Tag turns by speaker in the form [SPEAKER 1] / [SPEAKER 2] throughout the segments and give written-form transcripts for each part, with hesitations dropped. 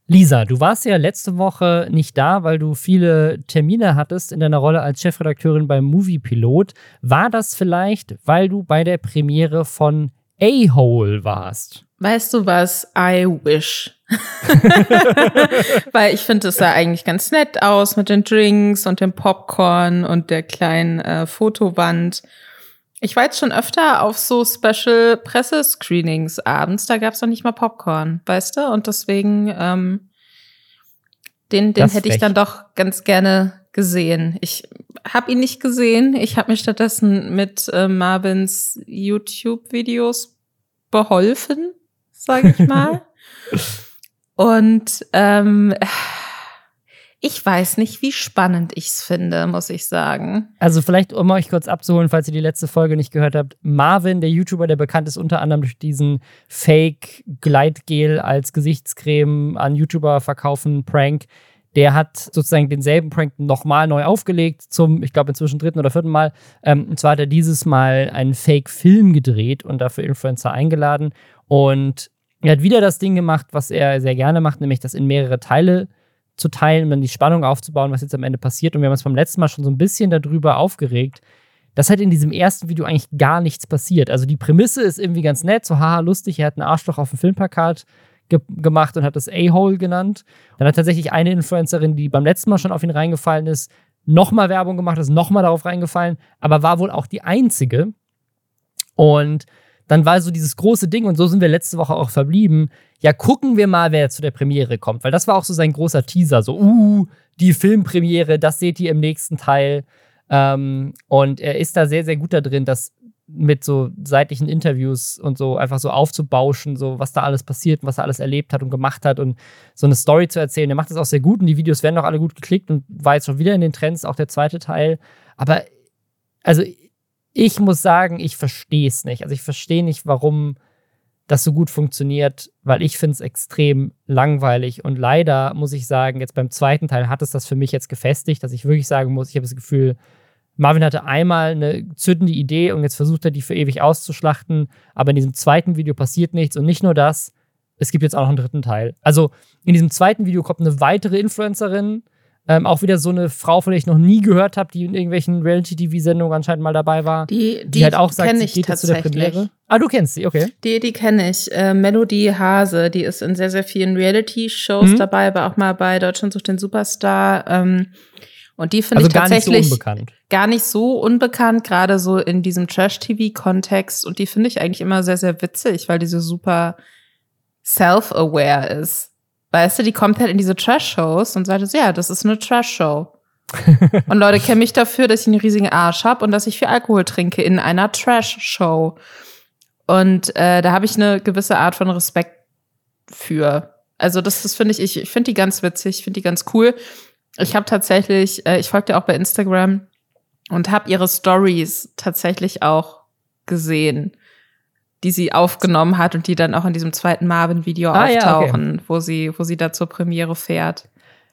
[SPEAKER 1] Lisa, du warst ja letzte Woche nicht da, weil du viele Termine hattest in deiner Rolle als Chefredakteurin beim Moviepilot. War das vielleicht, weil du bei der Premiere von A-Hole warst?
[SPEAKER 2] Weißt du was? I wish. Weil ich finde, es sah eigentlich ganz nett aus mit den Drinks und dem Popcorn und der kleinen Fotowand. Ich war jetzt schon öfter auf so Special-Pressescreenings abends, da gab's noch nicht mal Popcorn, weißt du? Und deswegen, den hätte ich dann doch ganz gerne gesehen. Ich habe ihn nicht gesehen. Ich habe mir stattdessen mit Marvins YouTube-Videos beholfen, sage ich mal. Und ich weiß nicht, wie spannend ich's finde, muss ich sagen.
[SPEAKER 1] Also vielleicht, um euch kurz abzuholen, falls ihr die letzte Folge nicht gehört habt. Marvin, der YouTuber, der bekannt ist unter anderem durch diesen Fake-Gleitgel als Gesichtscreme an YouTuber verkaufen Prank, der hat sozusagen denselben Prank nochmal neu aufgelegt zum, ich glaube, inzwischen 3. oder 4. Mal. Und zwar hat er dieses Mal einen Fake-Film gedreht und dafür Influencer eingeladen. Und er hat wieder das Ding gemacht, was er sehr gerne macht, nämlich das in mehrere Teile zu teilen und dann die Spannung aufzubauen, was jetzt am Ende passiert. Und wir haben uns beim letzten Mal schon so ein bisschen darüber aufgeregt, dass halt in diesem ersten Video eigentlich gar nichts passiert. Also die Prämisse ist irgendwie ganz nett, so haha, lustig, er hat ein Arschloch auf dem Filmplakat gemacht und hat das A-Hole genannt. Dann hat tatsächlich eine Influencerin, die beim letzten Mal schon auf ihn reingefallen ist, nochmal Werbung gemacht, ist nochmal darauf reingefallen, aber war wohl auch die einzige. Und dann war so dieses große Ding, und so sind wir letzte Woche auch verblieben, ja, gucken wir mal, wer zu der Premiere kommt. Weil das war auch so sein großer Teaser, so, die Filmpremiere, das seht ihr im nächsten Teil. Und er ist da sehr, sehr gut da drin, das mit so seitlichen Interviews und so einfach so aufzubauschen, so was da alles passiert und was er alles erlebt hat und gemacht hat und so eine Story zu erzählen. Er macht das auch sehr gut und die Videos werden auch alle gut geklickt und war jetzt schon wieder in den Trends, auch der zweite Teil. Aber, also, ich muss sagen, ich verstehe es nicht. Also ich verstehe nicht, warum das so gut funktioniert, weil ich finde es extrem langweilig. Und leider muss ich sagen, jetzt beim zweiten Teil hat es das für mich jetzt gefestigt, dass ich wirklich sagen muss, ich habe das Gefühl, Marvin hatte einmal eine zündende Idee und jetzt versucht er, die für ewig auszuschlachten. Aber in diesem zweiten Video passiert nichts. Und nicht nur das, es gibt jetzt auch noch einen dritten Teil. Also in diesem zweiten Video kommt eine weitere Influencerin, auch wieder so eine Frau, von der ich noch nie gehört habe, die in irgendwelchen Reality-TV-Sendungen anscheinend mal dabei war. Die halt auch sagt, sie geht jetzt zu der Premiere. Ah, du kennst sie, okay.
[SPEAKER 2] Die kenne ich. Melody Hase, die ist in sehr, sehr vielen Reality-Shows dabei, war auch mal bei Deutschland sucht den Superstar. Und die finde ich tatsächlich gar nicht so unbekannt, gerade so in diesem Trash-TV-Kontext. Und die finde ich eigentlich immer sehr, sehr witzig, weil die so super self-aware ist. Weißt du, die kommt halt in diese Trash-Shows und sagt, ja, das ist eine Trash-Show. Und Leute kennen mich dafür, dass ich einen riesigen Arsch habe und dass ich viel Alkohol trinke in einer Trash-Show. Und da habe ich eine gewisse Art von Respekt für. Also das finde ich finde die ganz witzig, ich finde die ganz cool. Ich habe tatsächlich, ich folge dir auch bei Instagram und habe ihre Stories tatsächlich auch gesehen, die sie aufgenommen hat und die dann auch in diesem zweiten Marvin-Video auftauchen, ja, okay, wo sie da zur Premiere fährt.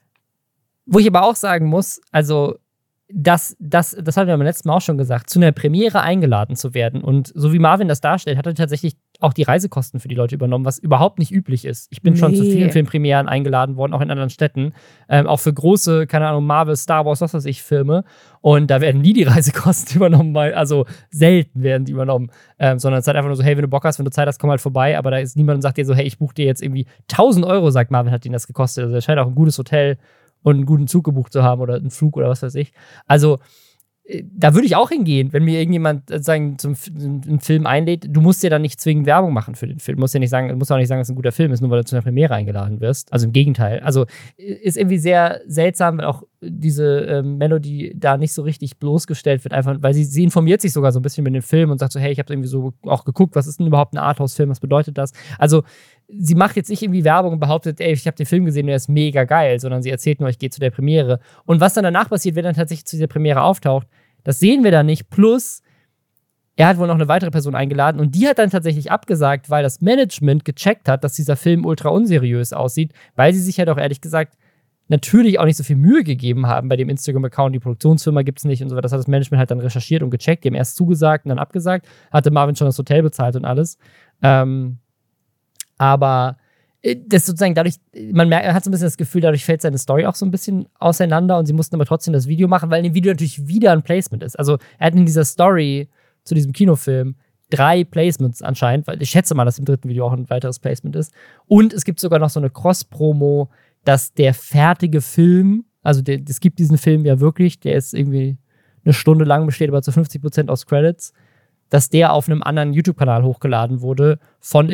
[SPEAKER 1] Wo ich aber auch sagen muss, also das haben wir beim letzten Mal auch schon gesagt, zu einer Premiere eingeladen zu werden und so wie Marvin das darstellt, hat er tatsächlich auch die Reisekosten für die Leute übernommen, was überhaupt nicht üblich ist. Ich bin schon zu vielen Filmpremieren eingeladen worden, auch in anderen Städten, auch für große, keine Ahnung, Marvel, Star Wars, was weiß ich, Filme, und da werden nie die Reisekosten übernommen, also selten werden die übernommen, sondern es ist halt einfach nur so, hey, wenn du Bock hast, wenn du Zeit hast, komm halt vorbei, aber da ist niemand und sagt dir so, hey, ich buche dir jetzt irgendwie 1.000 €, sagt Marvin, hat ihn das gekostet, also er scheint auch ein gutes Hotel und einen guten Zug gebucht zu haben oder einen Flug oder was weiß ich. Also, da würde ich auch hingehen, wenn mir irgendjemand sagen, einen Film einlädt. Du musst ja dann nicht zwingend Werbung machen für den Film. Du musst auch nicht sagen, dass es ein guter Film ist, nur weil du zu einer Premiere eingeladen wirst. Also im Gegenteil. Also ist irgendwie sehr seltsam, weil auch diese Melody da nicht so richtig bloßgestellt wird, einfach, weil sie informiert sich sogar so ein bisschen mit dem Film und sagt so, hey, ich habe irgendwie so auch geguckt, was ist denn überhaupt ein Arthouse-Film, was bedeutet das? Also sie macht jetzt nicht irgendwie Werbung und behauptet, ey, ich habe den Film gesehen, der ist mega geil, sondern sie erzählt nur, ich gehe zu der Premiere. Und was dann danach passiert, wenn dann tatsächlich zu dieser Premiere auftaucht, das sehen wir da nicht. Plus, er hat wohl noch eine weitere Person eingeladen und die hat dann tatsächlich abgesagt, weil das Management gecheckt hat, dass dieser Film ultra unseriös aussieht, weil sie sich ja doch ehrlich gesagt natürlich auch nicht so viel Mühe gegeben haben bei dem Instagram-Account. Die Produktionsfirma gibt es nicht und so weiter. Das hat das Management halt dann recherchiert und gecheckt. Die haben erst zugesagt und dann abgesagt. Hatte Marvin schon das Hotel bezahlt und alles. Aber das sozusagen dadurch, man hat so ein bisschen das Gefühl, dadurch fällt seine Story auch so ein bisschen auseinander und sie mussten aber trotzdem das Video machen, weil in dem Video natürlich wieder ein Placement ist. Also er hat in dieser Story zu diesem Kinofilm 3 Placements anscheinend, weil ich schätze mal, dass im dritten Video auch ein weiteres Placement ist. Und es gibt sogar noch so eine Cross-Promo, dass der fertige Film, also es gibt diesen Film ja wirklich, der ist irgendwie eine Stunde lang, besteht aber zu 50% aus Credits, dass der auf einem anderen YouTube-Kanal hochgeladen wurde von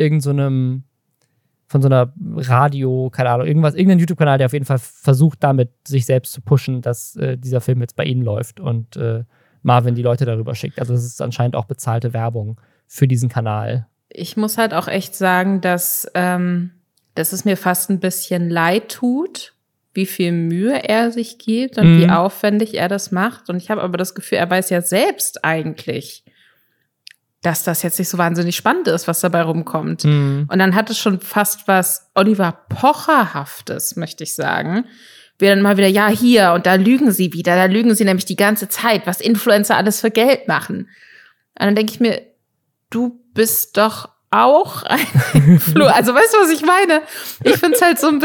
[SPEAKER 1] von so einer Radio, keine Ahnung, irgendein YouTube-Kanal, der auf jeden Fall versucht, damit sich selbst zu pushen, dass dieser Film jetzt bei ihnen läuft und Marvin die Leute darüber schickt. Also es ist anscheinend auch bezahlte Werbung für diesen Kanal.
[SPEAKER 2] Ich muss halt auch echt sagen, dass es mir fast ein bisschen leid tut, wie viel Mühe er sich gibt und wie aufwendig er das macht. Und ich habe aber das Gefühl, er weiß ja selbst eigentlich, dass das jetzt nicht so wahnsinnig spannend ist, was dabei rumkommt. Und dann hat es schon fast was Oliver Pocher-haftes, möchte ich sagen. Wir dann mal wieder, ja, hier, und da lügen sie wieder. Da lügen sie nämlich die ganze Zeit, was Influencer alles für Geld machen. Und dann denke ich mir, du bist doch auch ein Influencer. Also weißt du, was ich meine? Ich finde es halt so ein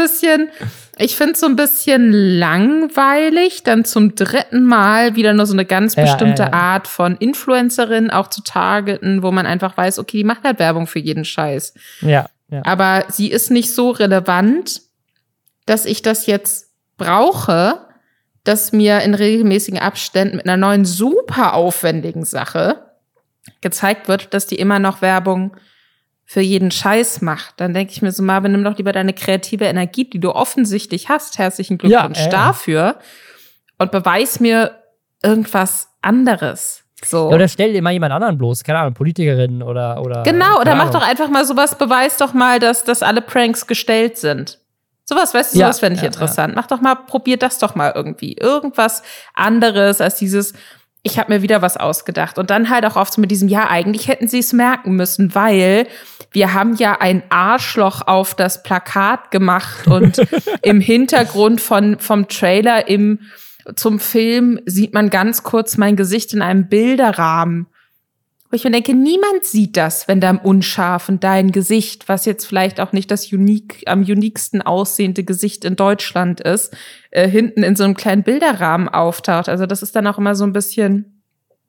[SPEAKER 2] bisschen langweilig, dann zum 3. Mal wieder nur so eine ganz bestimmte Art von Influencerin auch zu targeten, wo man einfach weiß, okay, die macht halt Werbung für jeden Scheiß.
[SPEAKER 1] Ja.
[SPEAKER 2] Aber sie ist nicht so relevant, dass ich das jetzt brauche, dass mir in regelmäßigen Abständen mit einer neuen, super aufwendigen Sache gezeigt wird, dass die immer noch Werbung für jeden Scheiß macht. Dann denke ich mir so, Marvin, nimm doch lieber deine kreative Energie, die du offensichtlich hast. Herzlichen Glückwunsch dafür. Und beweis mir irgendwas anderes. So.
[SPEAKER 1] Ja, oder stell dir mal jemand anderen bloß, keine Ahnung, Politikerin oder
[SPEAKER 2] genau, oder mach doch einfach mal sowas, beweis doch mal, dass alle Pranks gestellt sind. Sowas, weißt du, sowas fände ich interessant. Mach doch mal, probier das doch mal irgendwie. Irgendwas anderes als dieses, ich habe mir wieder was ausgedacht. Und dann halt auch oft so mit diesem, ja, eigentlich hätten sie es merken müssen, weil wir haben ja ein Arschloch auf das Plakat gemacht und im Hintergrund vom Trailer zum Film sieht man ganz kurz mein Gesicht in einem Bilderrahmen. Wo ich mir denke, niemand sieht das, wenn da im Unscharfen dein Gesicht, was jetzt vielleicht auch nicht das am uniquesten aussehende Gesicht in Deutschland ist, hinten in so einem kleinen Bilderrahmen auftaucht. Also das ist dann auch immer so ein bisschen,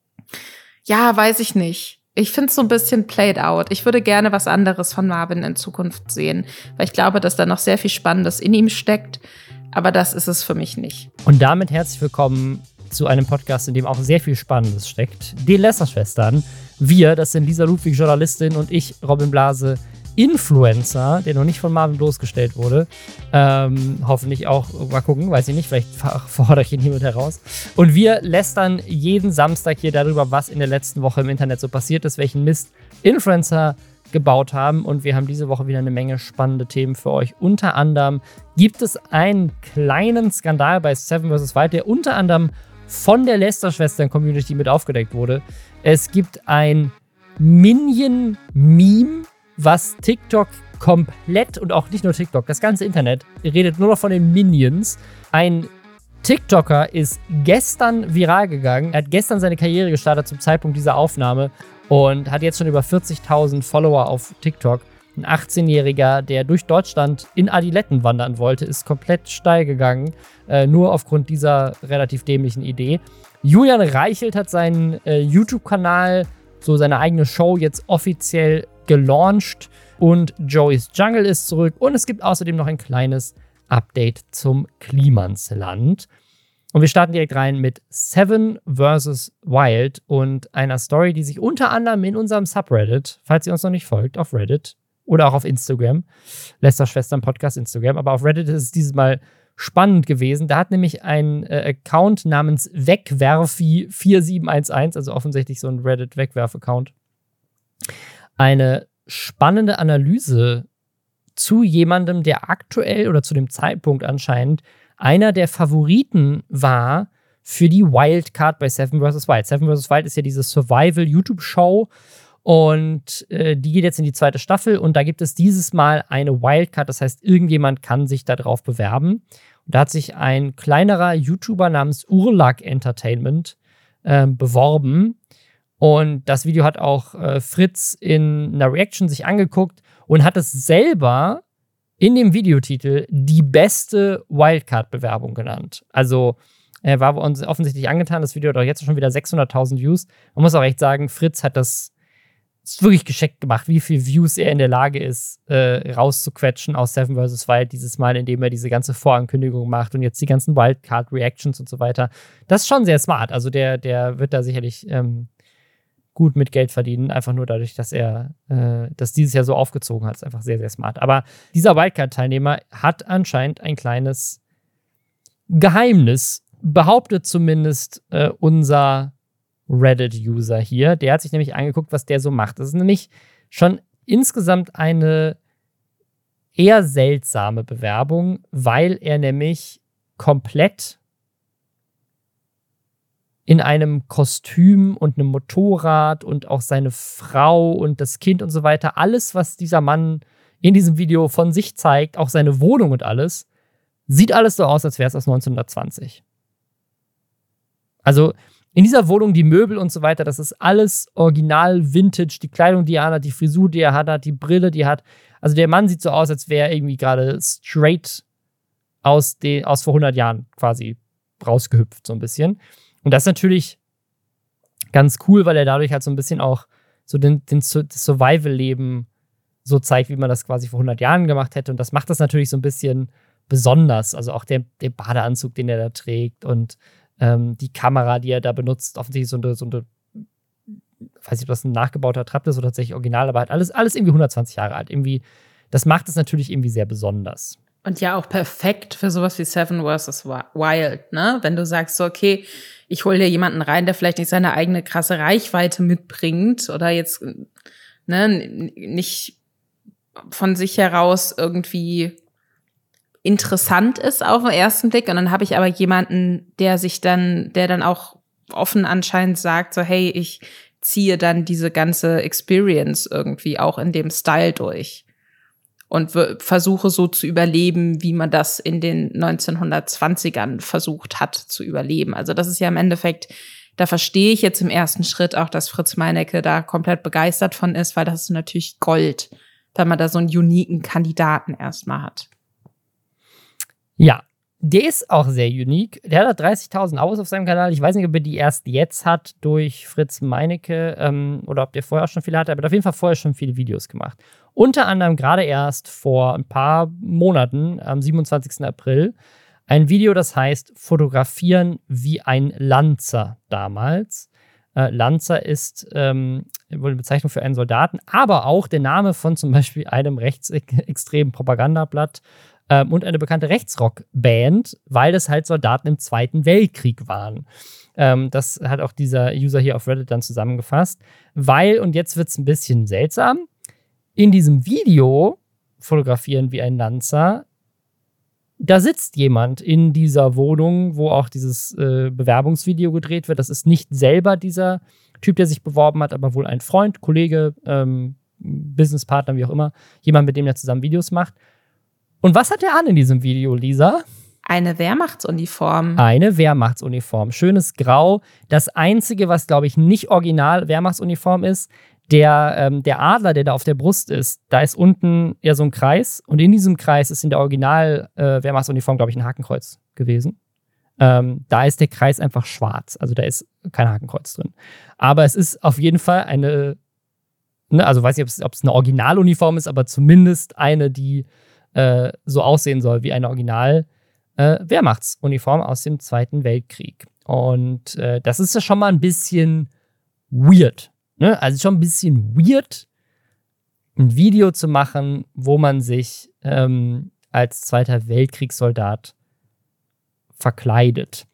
[SPEAKER 2] ja, weiß ich nicht. Ich finde es so ein bisschen played out. Ich würde gerne was anderes von Marvin in Zukunft sehen, weil ich glaube, dass da noch sehr viel Spannendes in ihm steckt. Aber das ist es für mich nicht.
[SPEAKER 1] Und damit herzlich willkommen zu einem Podcast, in dem auch sehr viel Spannendes steckt. Die Lästerschwestern. Wir, das sind Lisa Ludwig, Journalistin, und ich, Robin Blase, Influencer, der noch nicht von Marvin bloßgestellt wurde. Hoffentlich auch, mal gucken, weiß ich nicht, vielleicht fordere ich ihn hiermit heraus. Und wir lästern jeden Samstag hier darüber, was in der letzten Woche im Internet so passiert ist, welchen Mist Influencer gebaut haben. Und wir haben diese Woche wieder eine Menge spannende Themen für euch. Unter anderem gibt es einen kleinen Skandal bei Seven vs. Wild, der unter anderem von der Lästerschwestern-Community mit aufgedeckt wurde. Es gibt ein Minion-Meme, was TikTok komplett, und auch nicht nur TikTok, das ganze Internet redet nur noch von den Minions. Ein TikToker ist gestern viral gegangen. Er hat gestern seine Karriere gestartet zum Zeitpunkt dieser Aufnahme und hat jetzt schon über 40.000 Follower auf TikTok. Ein 18-Jähriger, der durch Deutschland in Adiletten wandern wollte, ist komplett steil gegangen, nur aufgrund dieser relativ dämlichen Idee. Julian Reichelt hat seinen YouTube-Kanal, so seine eigene Show, jetzt offiziell gelauncht und Joey's Jungle ist zurück und es gibt außerdem noch ein kleines Update zum Klimansland. Und wir starten direkt rein mit Seven vs. Wild und einer Story, die sich unter anderem in unserem Subreddit, falls ihr uns noch nicht folgt, auf Reddit oder auch auf Instagram, Lästerschwestern Podcast Instagram, aber auf Reddit ist es dieses Mal spannend gewesen. Da hat nämlich ein Account namens Wegwerfi4711, also offensichtlich so ein Reddit-Wegwerf-Account, eine spannende Analyse zu jemandem, der aktuell oder zu dem Zeitpunkt anscheinend einer der Favoriten war für die Wildcard bei Seven vs. Wild. Seven vs. Wild ist ja diese Survival-YouTube-Show und die geht jetzt in die 2. Staffel und da gibt es dieses Mal eine Wildcard, das heißt, irgendjemand kann sich da drauf bewerben. Und da hat sich ein kleinerer YouTuber namens Urlag Entertainment beworben und das Video hat auch Fritz in einer Reaction sich angeguckt und hat es selber in dem Videotitel die beste Wildcard-Bewerbung genannt. Also er war uns offensichtlich angetan. Das Video hat auch jetzt schon wieder 600.000 Views. Man muss auch echt sagen, Fritz hat das wirklich geschickt gemacht, wie viel Views er in der Lage ist, rauszuquetschen aus Seven vs. Wild dieses Mal, indem er diese ganze Vorankündigung macht und jetzt die ganzen Wildcard-Reactions und so weiter. Das ist schon sehr smart. Also der wird da sicherlich gut mit Geld verdienen, einfach nur dadurch, dass er das dieses Jahr so aufgezogen hat. Das ist einfach sehr, sehr smart. Aber dieser Wildcard-Teilnehmer hat anscheinend ein kleines Geheimnis, behauptet zumindest unser Reddit-User hier. Der hat sich nämlich angeguckt, was der so macht. Das ist nämlich schon insgesamt eine eher seltsame Bewerbung, weil er nämlich komplett in einem Kostüm und einem Motorrad und auch seine Frau und das Kind und so weiter, alles, was dieser Mann in diesem Video von sich zeigt, auch seine Wohnung und alles, sieht alles so aus, als wäre es aus 1920. Also in dieser Wohnung, die Möbel und so weiter, das ist alles original Vintage, die Kleidung, die er hat, die Frisur, die er hat, die Brille, die er hat. Also der Mann sieht so aus, als wäre er irgendwie gerade straight aus vor 100 Jahren quasi rausgehüpft, so ein bisschen. Und das ist natürlich ganz cool, weil er dadurch halt so ein bisschen auch so das Survival-Leben so zeigt, wie man das quasi vor 100 Jahren gemacht hätte. Und das macht das natürlich so ein bisschen besonders. Also auch der Badeanzug, den er da trägt und die Kamera, die er da benutzt, offensichtlich so eine weiß nicht, ob das ein nachgebauter Trapp ist oder tatsächlich original, aber halt alles irgendwie 120 Jahre alt. Irgendwie, das macht es natürlich irgendwie sehr besonders.
[SPEAKER 2] Und ja auch perfekt für sowas wie Seven vs. Wild, ne? Wenn du sagst so, okay, ich hole dir jemanden rein, der vielleicht nicht seine eigene krasse Reichweite mitbringt oder jetzt nicht von sich heraus irgendwie interessant ist auf den ersten Blick. Und dann habe ich aber jemanden, der dann auch offen anscheinend sagt, so, hey, ich ziehe dann diese ganze Experience irgendwie auch in dem Style durch und versuche so zu überleben, wie man das in den 1920ern versucht hat zu überleben. Also das ist ja im Endeffekt, da verstehe ich jetzt im ersten Schritt auch, dass Fritz Meinecke da komplett begeistert von ist, weil das ist natürlich Gold, wenn man da so einen uniken Kandidaten erstmal hat.
[SPEAKER 1] Ja, der ist auch sehr unique. Der hat 30.000 Abos auf seinem Kanal. Ich weiß nicht, ob er die erst jetzt hat durch Fritz Meinecke oder ob der vorher auch schon viele hatte. Aber er hat auf jeden Fall vorher schon viele Videos gemacht. Unter anderem gerade erst vor ein paar Monaten, am 27. April, ein Video, das heißt Fotografieren wie ein Lanzer damals. Lanzer ist wohl eine Bezeichnung für einen Soldaten, aber auch der Name von zum Beispiel einem rechtsextremen Propagandablatt und eine bekannte Rechtsrock-Band, weil das halt Soldaten im Zweiten Weltkrieg waren. Das hat auch dieser User hier auf Reddit dann zusammengefasst. Weil, und jetzt wird es ein bisschen seltsam, in diesem Video, Fotografieren wie ein Lanzer, da sitzt jemand in dieser Wohnung, wo auch dieses Bewerbungsvideo gedreht wird. Das ist nicht selber dieser Typ, der sich beworben hat, aber wohl ein Freund, Kollege, Businesspartner, wie auch immer. Jemand, mit dem er zusammen Videos macht. Und was hat er an in diesem Video, Lisa?
[SPEAKER 2] Eine Wehrmachtsuniform.
[SPEAKER 1] Eine Wehrmachtsuniform. Schönes Grau. Das Einzige, was, glaube ich, nicht original Wehrmachtsuniform ist, der Adler, der da auf der Brust ist, da ist unten ja so ein Kreis. Und in diesem Kreis ist in der Original Wehrmachtsuniform, glaube ich, ein Hakenkreuz gewesen. Da ist der Kreis einfach schwarz. Also da ist kein Hakenkreuz drin. Aber es ist auf jeden Fall eine, also weiß nicht, ob es eine Originaluniform ist, aber zumindest eine, die so aussehen soll wie eine Original-Wehrmachtsuniform aus dem Zweiten Weltkrieg. Und das ist ja schon mal ein bisschen weird. Ne? Also schon ein bisschen weird, ein Video zu machen, wo man sich als Zweiter Weltkriegssoldat verkleidet.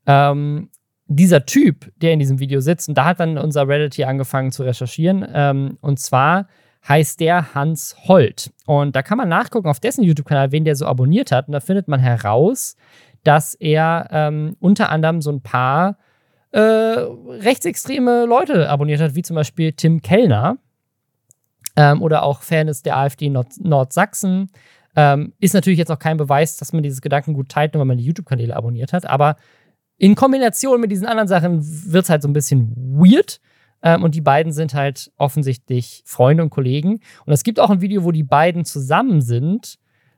[SPEAKER 1] Dieser Typ, der in diesem Video sitzt, und da hat dann unser Reddit hier angefangen zu recherchieren, und zwar heißt der Hans Holt. Und da kann man nachgucken auf dessen YouTube-Kanal, wen der so abonniert hat. Und da findet man heraus, dass er unter anderem so ein paar rechtsextreme Leute abonniert hat, wie zum Beispiel Tim Kellner oder auch Fan ist der AfD Nordsachsen. Ist natürlich jetzt auch kein Beweis, dass man dieses Gedankengut teilt, nur weil man die YouTube-Kanäle abonniert hat. Aber in Kombination mit diesen anderen Sachen wird es halt so ein bisschen weird. Und die beiden sind halt offensichtlich Freunde und Kollegen. Und es gibt auch ein Video, wo die beiden zusammen sind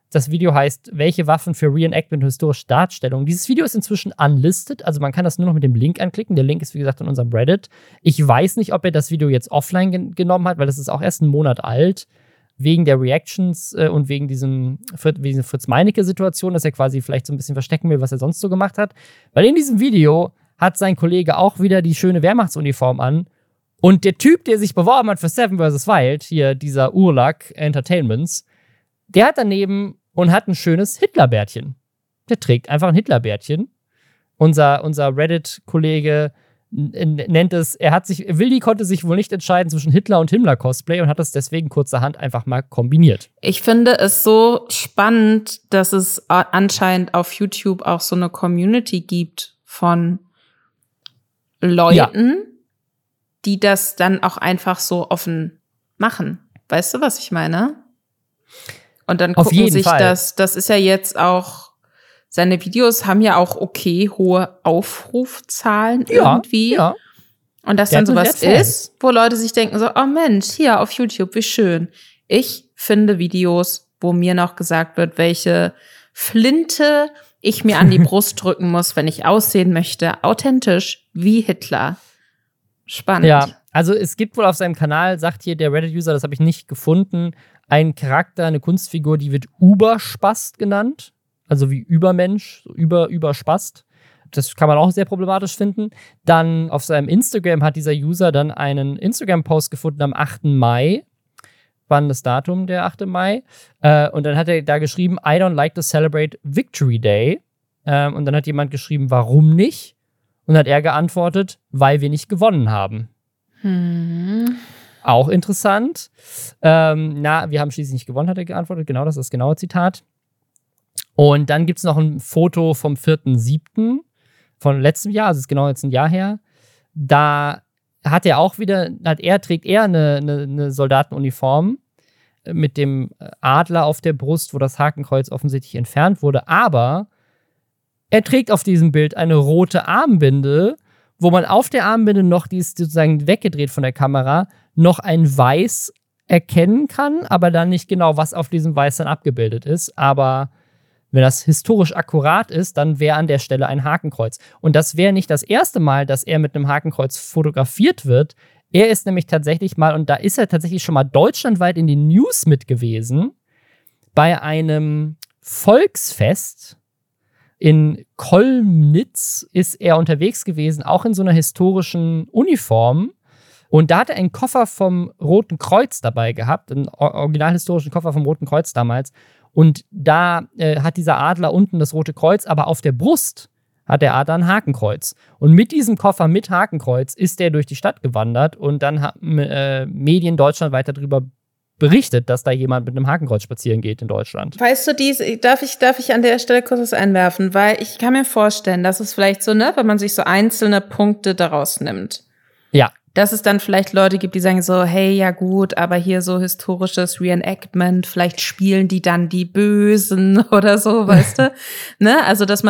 [SPEAKER 1] Das Video heißt, welche Waffen für Reenactment und historische Darstellung. Dieses Video ist inzwischen unlisted, also man kann das nur noch mit dem Link anklicken. Der Link ist, wie gesagt, in unserem Reddit. Ich weiß nicht, ob er das Video jetzt offline genommen hat, weil das ist auch erst einen Monat alt. Wegen der Reactions und wegen dieser Fritz-Meinecke-Situation, dass er quasi vielleicht so ein bisschen verstecken will, was er sonst so gemacht hat. Weil in diesem Video hat sein Kollege auch wieder die schöne Wehrmachtsuniform an. Und der Typ, der sich beworben hat für Seven vs. Wild, hier dieser Urlak Entertainments, der hat daneben und hat ein schönes Hitlerbärtchen. Der trägt einfach ein Hitlerbärtchen. Unser Reddit-Kollege nennt es, Willi konnte sich wohl nicht entscheiden zwischen Hitler und Himmler-Cosplay und hat das deswegen kurzerhand einfach mal kombiniert.
[SPEAKER 2] Ich finde es so spannend, dass es anscheinend auf YouTube auch so eine Community gibt von Leuten, die das dann auch einfach so offen machen. Weißt du, was ich meine? Und dann gucken sich das ist ja jetzt auch, seine Videos haben ja auch hohe Aufrufzahlen irgendwie. Ja. Und dass dann sowas ist, wo Leute sich denken so, oh Mensch, hier auf YouTube, wie schön. Ich finde Videos, wo mir noch gesagt wird, welche Flinte ich mir an die Brust drücken muss, wenn ich aussehen möchte, authentisch wie Hitler. Spannend.
[SPEAKER 1] Ja, also es gibt wohl auf seinem Kanal, sagt hier der Reddit-User, das habe ich nicht gefunden, einen Charakter, eine Kunstfigur, die wird Überspast genannt. Also wie Übermensch, so Überspast. Das kann man auch sehr problematisch finden. Dann auf seinem Instagram hat dieser User dann einen Instagram-Post gefunden am 8. Mai. Spannendes Datum, der 8. Mai. Und dann hat er da geschrieben, I don't like to celebrate Victory Day. Und dann hat jemand geschrieben, warum nicht? Und hat er geantwortet, weil wir nicht gewonnen haben. Auch interessant. Wir haben schließlich nicht gewonnen, hat er geantwortet. Genau, das ist das genaue Zitat. Und dann gibt es noch ein Foto vom 4.7. von letztem Jahr, also ist genau jetzt ein Jahr her. Da trägt er eine Soldatenuniform mit dem Adler auf der Brust, wo das Hakenkreuz offensichtlich entfernt wurde. Aber er trägt auf diesem Bild eine rote Armbinde, wo man auf der Armbinde noch, die ist sozusagen weggedreht von der Kamera, noch ein Weiß erkennen kann, aber dann nicht genau, was auf diesem Weiß dann abgebildet ist. Aber wenn das historisch akkurat ist, dann wäre an der Stelle ein Hakenkreuz. Und das wäre nicht das erste Mal, dass er mit einem Hakenkreuz fotografiert wird. Er ist nämlich tatsächlich mal, und da ist er tatsächlich schon mal deutschlandweit in den News mit gewesen, bei einem Volksfest in Kolmnitz ist er unterwegs gewesen, auch in so einer historischen Uniform. Und da hat er einen Koffer vom Roten Kreuz dabei gehabt, einen originalhistorischen Koffer vom Roten Kreuz damals. Und da hat dieser Adler unten das Rote Kreuz, aber auf der Brust hat der Adler ein Hakenkreuz. Und mit diesem Koffer mit Hakenkreuz ist er durch die Stadt gewandert und dann haben Medien deutschlandweit darüber berichtet, dass da jemand mit einem Hakenkreuz spazieren geht in Deutschland.
[SPEAKER 2] Weißt du, darf ich an der Stelle kurz was einwerfen? Weil ich kann mir vorstellen, dass es vielleicht so, wenn man sich so einzelne Punkte daraus nimmt.
[SPEAKER 1] Ja.
[SPEAKER 2] Dass es dann vielleicht Leute gibt, die sagen so, hey, ja gut, aber hier so historisches Reenactment, vielleicht spielen die dann die Bösen oder so, weißt du? Ne? Also, dass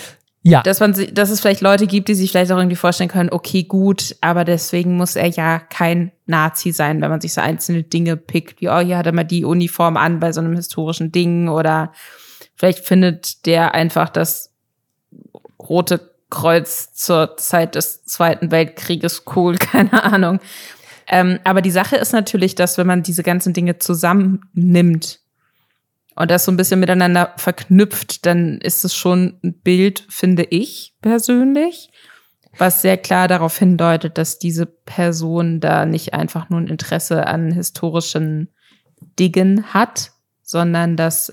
[SPEAKER 2] es vielleicht Leute gibt, die sich vielleicht auch irgendwie vorstellen können, okay, gut, aber deswegen muss er ja kein Nazi sein, wenn man sich so einzelne Dinge pickt, wie, oh, hier hat er mal die Uniform an bei so einem historischen Ding oder vielleicht findet der einfach das Rote Kreuz zur Zeit des Zweiten Weltkrieges cool, keine Ahnung. Aber die Sache ist natürlich, dass wenn man diese ganzen Dinge zusammennimmt und das so ein bisschen miteinander verknüpft, dann ist es schon ein Bild, finde ich persönlich, was sehr klar darauf hindeutet, dass diese Person da nicht einfach nur ein Interesse an historischen Dingen hat, sondern dass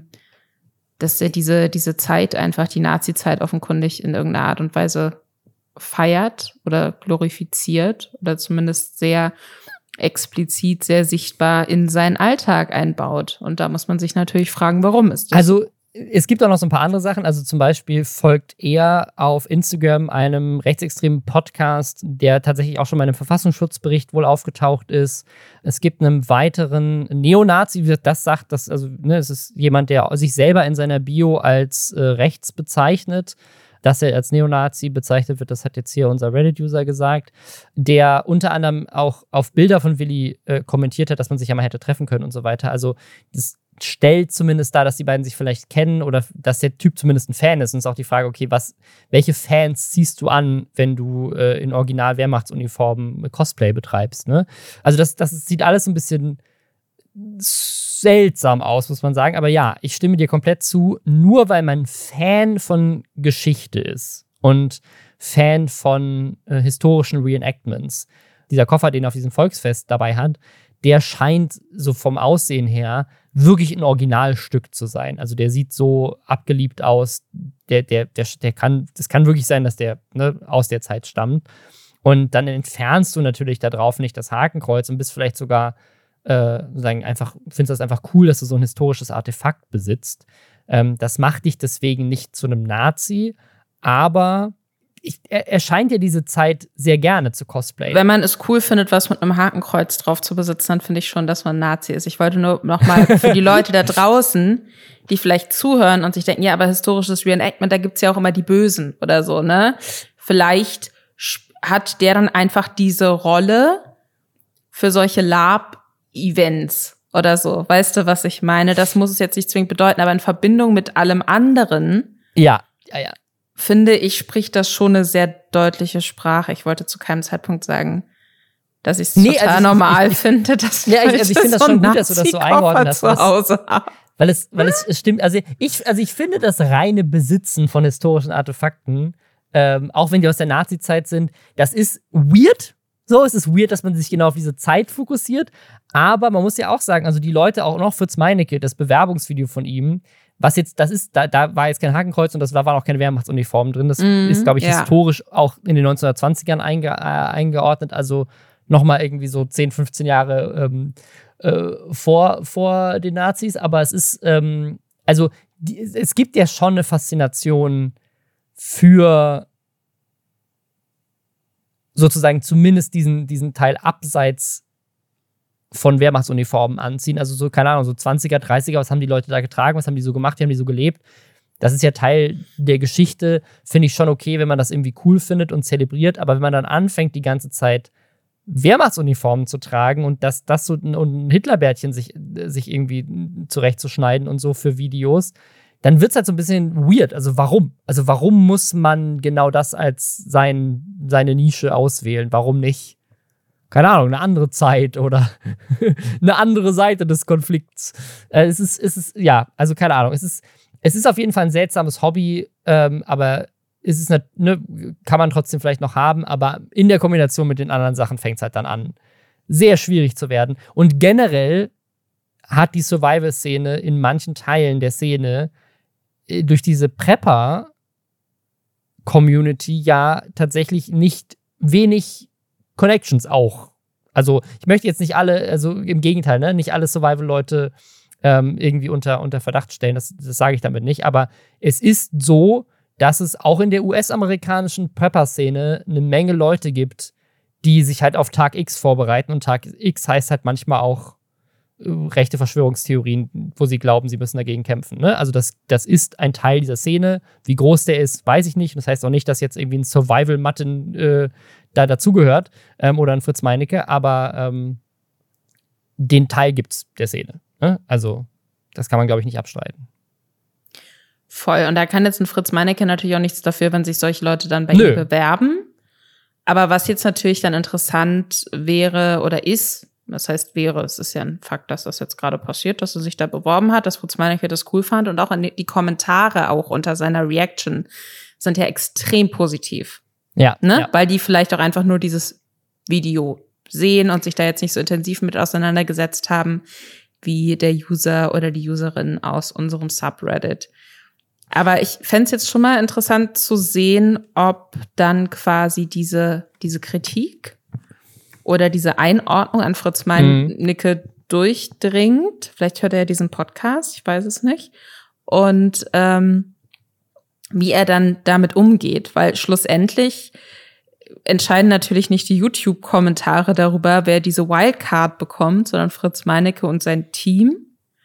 [SPEAKER 2] er diese Zeit einfach, die Nazi-Zeit offenkundig in irgendeiner Art und Weise feiert oder glorifiziert oder zumindest sehr explizit, sehr sichtbar in seinen Alltag einbaut. Und da muss man sich natürlich fragen, warum ist das?
[SPEAKER 1] Also es gibt auch noch so ein paar andere Sachen. Also zum Beispiel folgt er auf Instagram einem rechtsextremen Podcast, der tatsächlich auch schon mal in einem Verfassungsschutzbericht wohl aufgetaucht ist. Es gibt einen weiteren Neonazi, wie das sagt, es ist jemand, der sich selber in seiner Bio als rechts bezeichnet. Dass er als Neonazi bezeichnet wird, das hat jetzt hier unser Reddit-User gesagt, der unter anderem auch auf Bilder von Willi kommentiert hat, dass man sich ja mal hätte treffen können und so weiter. Also stellt zumindest dar, dass die beiden sich vielleicht kennen oder dass der Typ zumindest ein Fan ist. Und es ist auch die Frage, okay, welche Fans ziehst du an, wenn du in Original-Wehrmachtsuniformen Cosplay betreibst, ne? Also das sieht alles ein bisschen seltsam aus, muss man sagen. Aber ja, ich stimme dir komplett zu. Nur weil man Fan von Geschichte ist und Fan von historischen Reenactments. Dieser Koffer, den er auf diesem Volksfest dabei hat, der scheint so vom Aussehen her wirklich ein Originalstück zu sein. Also der sieht so abgeliebt aus. Das kann wirklich sein, dass der aus der Zeit stammt. Und dann entfernst du natürlich da drauf nicht das Hakenkreuz und bist vielleicht sogar findest das einfach cool, dass du so ein historisches Artefakt besitzt. Das macht dich deswegen nicht zu einem Nazi, aber er scheint ja diese Zeit sehr gerne zu cosplayen.
[SPEAKER 2] Wenn man es cool findet, was mit einem Hakenkreuz drauf zu besitzen, dann finde ich schon, dass man Nazi ist. Ich wollte nur noch mal für die Leute da draußen, die vielleicht zuhören und sich denken, ja, aber historisches Reenactment, da gibt's ja auch immer die Bösen oder so, ne? Vielleicht hat der dann einfach diese Rolle für solche Lab-Events oder so. Weißt du, was ich meine? Das muss es jetzt nicht zwingend bedeuten, aber in Verbindung mit allem anderen.
[SPEAKER 1] Ja.
[SPEAKER 2] Finde ich, spricht das schon eine sehr deutliche Sprache. Ich wollte zu keinem Zeitpunkt sagen, dass ich es total normal finde. Dass
[SPEAKER 1] ich finde das schon gut, dass du das so eingeordnet hast.
[SPEAKER 2] Zu Hause
[SPEAKER 1] weil es stimmt. Also ich finde das reine Besitzen von historischen Artefakten, auch wenn die aus der Nazi-Zeit sind, das ist weird. So, es ist weird, dass man sich genau auf diese Zeit fokussiert. Aber man muss ja auch sagen, also die Leute, auch noch Fritz Meinecke, das Bewerbungsvideo von ihm, was jetzt, da war jetzt kein Hakenkreuz und waren auch keine Wehrmachtsuniformen drin. Das ist, glaube ich, historisch auch in den 1920ern eingeordnet. Also nochmal irgendwie so 10, 15 Jahre vor den Nazis. Aber es ist, es gibt ja schon eine Faszination für sozusagen zumindest diesen Teil abseits von Wehrmachtsuniformen anziehen. Also so, keine Ahnung, so 20er, 30er, was haben die Leute da getragen, was haben die so gemacht, wie haben die so gelebt? Das ist ja Teil der Geschichte, finde ich schon okay, wenn man das irgendwie cool findet und zelebriert, aber wenn man dann anfängt, die ganze Zeit Wehrmachtsuniformen zu tragen und das so und ein Hitlerbärtchen sich irgendwie zurechtzuschneiden und so für Videos, dann wird es halt so ein bisschen weird. Also warum? Also warum muss man genau das als seine Nische auswählen? Warum nicht, keine Ahnung, eine andere Zeit oder eine andere Seite des Konflikts? Es ist, ja, also keine Ahnung. Es ist auf jeden Fall ein seltsames Hobby, aber es ist kann man trotzdem vielleicht noch haben, aber in der Kombination mit den anderen Sachen fängt es halt dann an, sehr schwierig zu werden. Und generell hat die Survival-Szene in manchen Teilen der Szene durch diese Prepper-Community ja tatsächlich nicht wenig Connections auch. Also ich möchte jetzt nicht alle, also im Gegenteil, ne, nicht alle Survival-Leute irgendwie unter Verdacht stellen, das sage ich damit nicht, aber es ist so, dass es auch in der US-amerikanischen Prepper-Szene eine Menge Leute gibt, die sich halt auf Tag X vorbereiten und Tag X heißt halt manchmal auch rechte Verschwörungstheorien, wo sie glauben, sie müssen dagegen kämpfen. Ne? Also das ist ein Teil dieser Szene. Wie groß der ist, weiß ich nicht. Das heißt auch nicht, dass jetzt irgendwie ein Survival-Matten da dazugehört oder ein Fritz Meinecke, aber den Teil gibt's der Szene. Ne? Also das kann man, glaube ich, nicht abstreiten.
[SPEAKER 2] Voll. Und da kann jetzt ein Fritz Meinecke natürlich auch nichts dafür, wenn sich solche Leute dann bei ihm bewerben. Aber was jetzt natürlich dann interessant wäre oder ist, das heißt wäre, es ist ja ein Fakt, dass das jetzt gerade passiert, dass er sich da beworben hat, dass Fritz Meinecke das cool fand und auch die Kommentare auch unter seiner Reaction sind ja extrem positiv.
[SPEAKER 1] Ja,
[SPEAKER 2] ne?
[SPEAKER 1] Ja.
[SPEAKER 2] Weil die vielleicht auch einfach nur dieses Video sehen und sich da jetzt nicht so intensiv mit auseinandergesetzt haben, wie der User oder die Userin aus unserem Subreddit. Aber ich fände es jetzt schon mal interessant zu sehen, ob dann quasi diese Kritik oder diese Einordnung an Fritz Meinecke durchdringt. Vielleicht hört er ja diesen Podcast, ich weiß es nicht. Und wie er dann damit umgeht. Weil schlussendlich entscheiden natürlich nicht die YouTube-Kommentare darüber, wer diese Wildcard bekommt, sondern Fritz Meinecke und sein Team.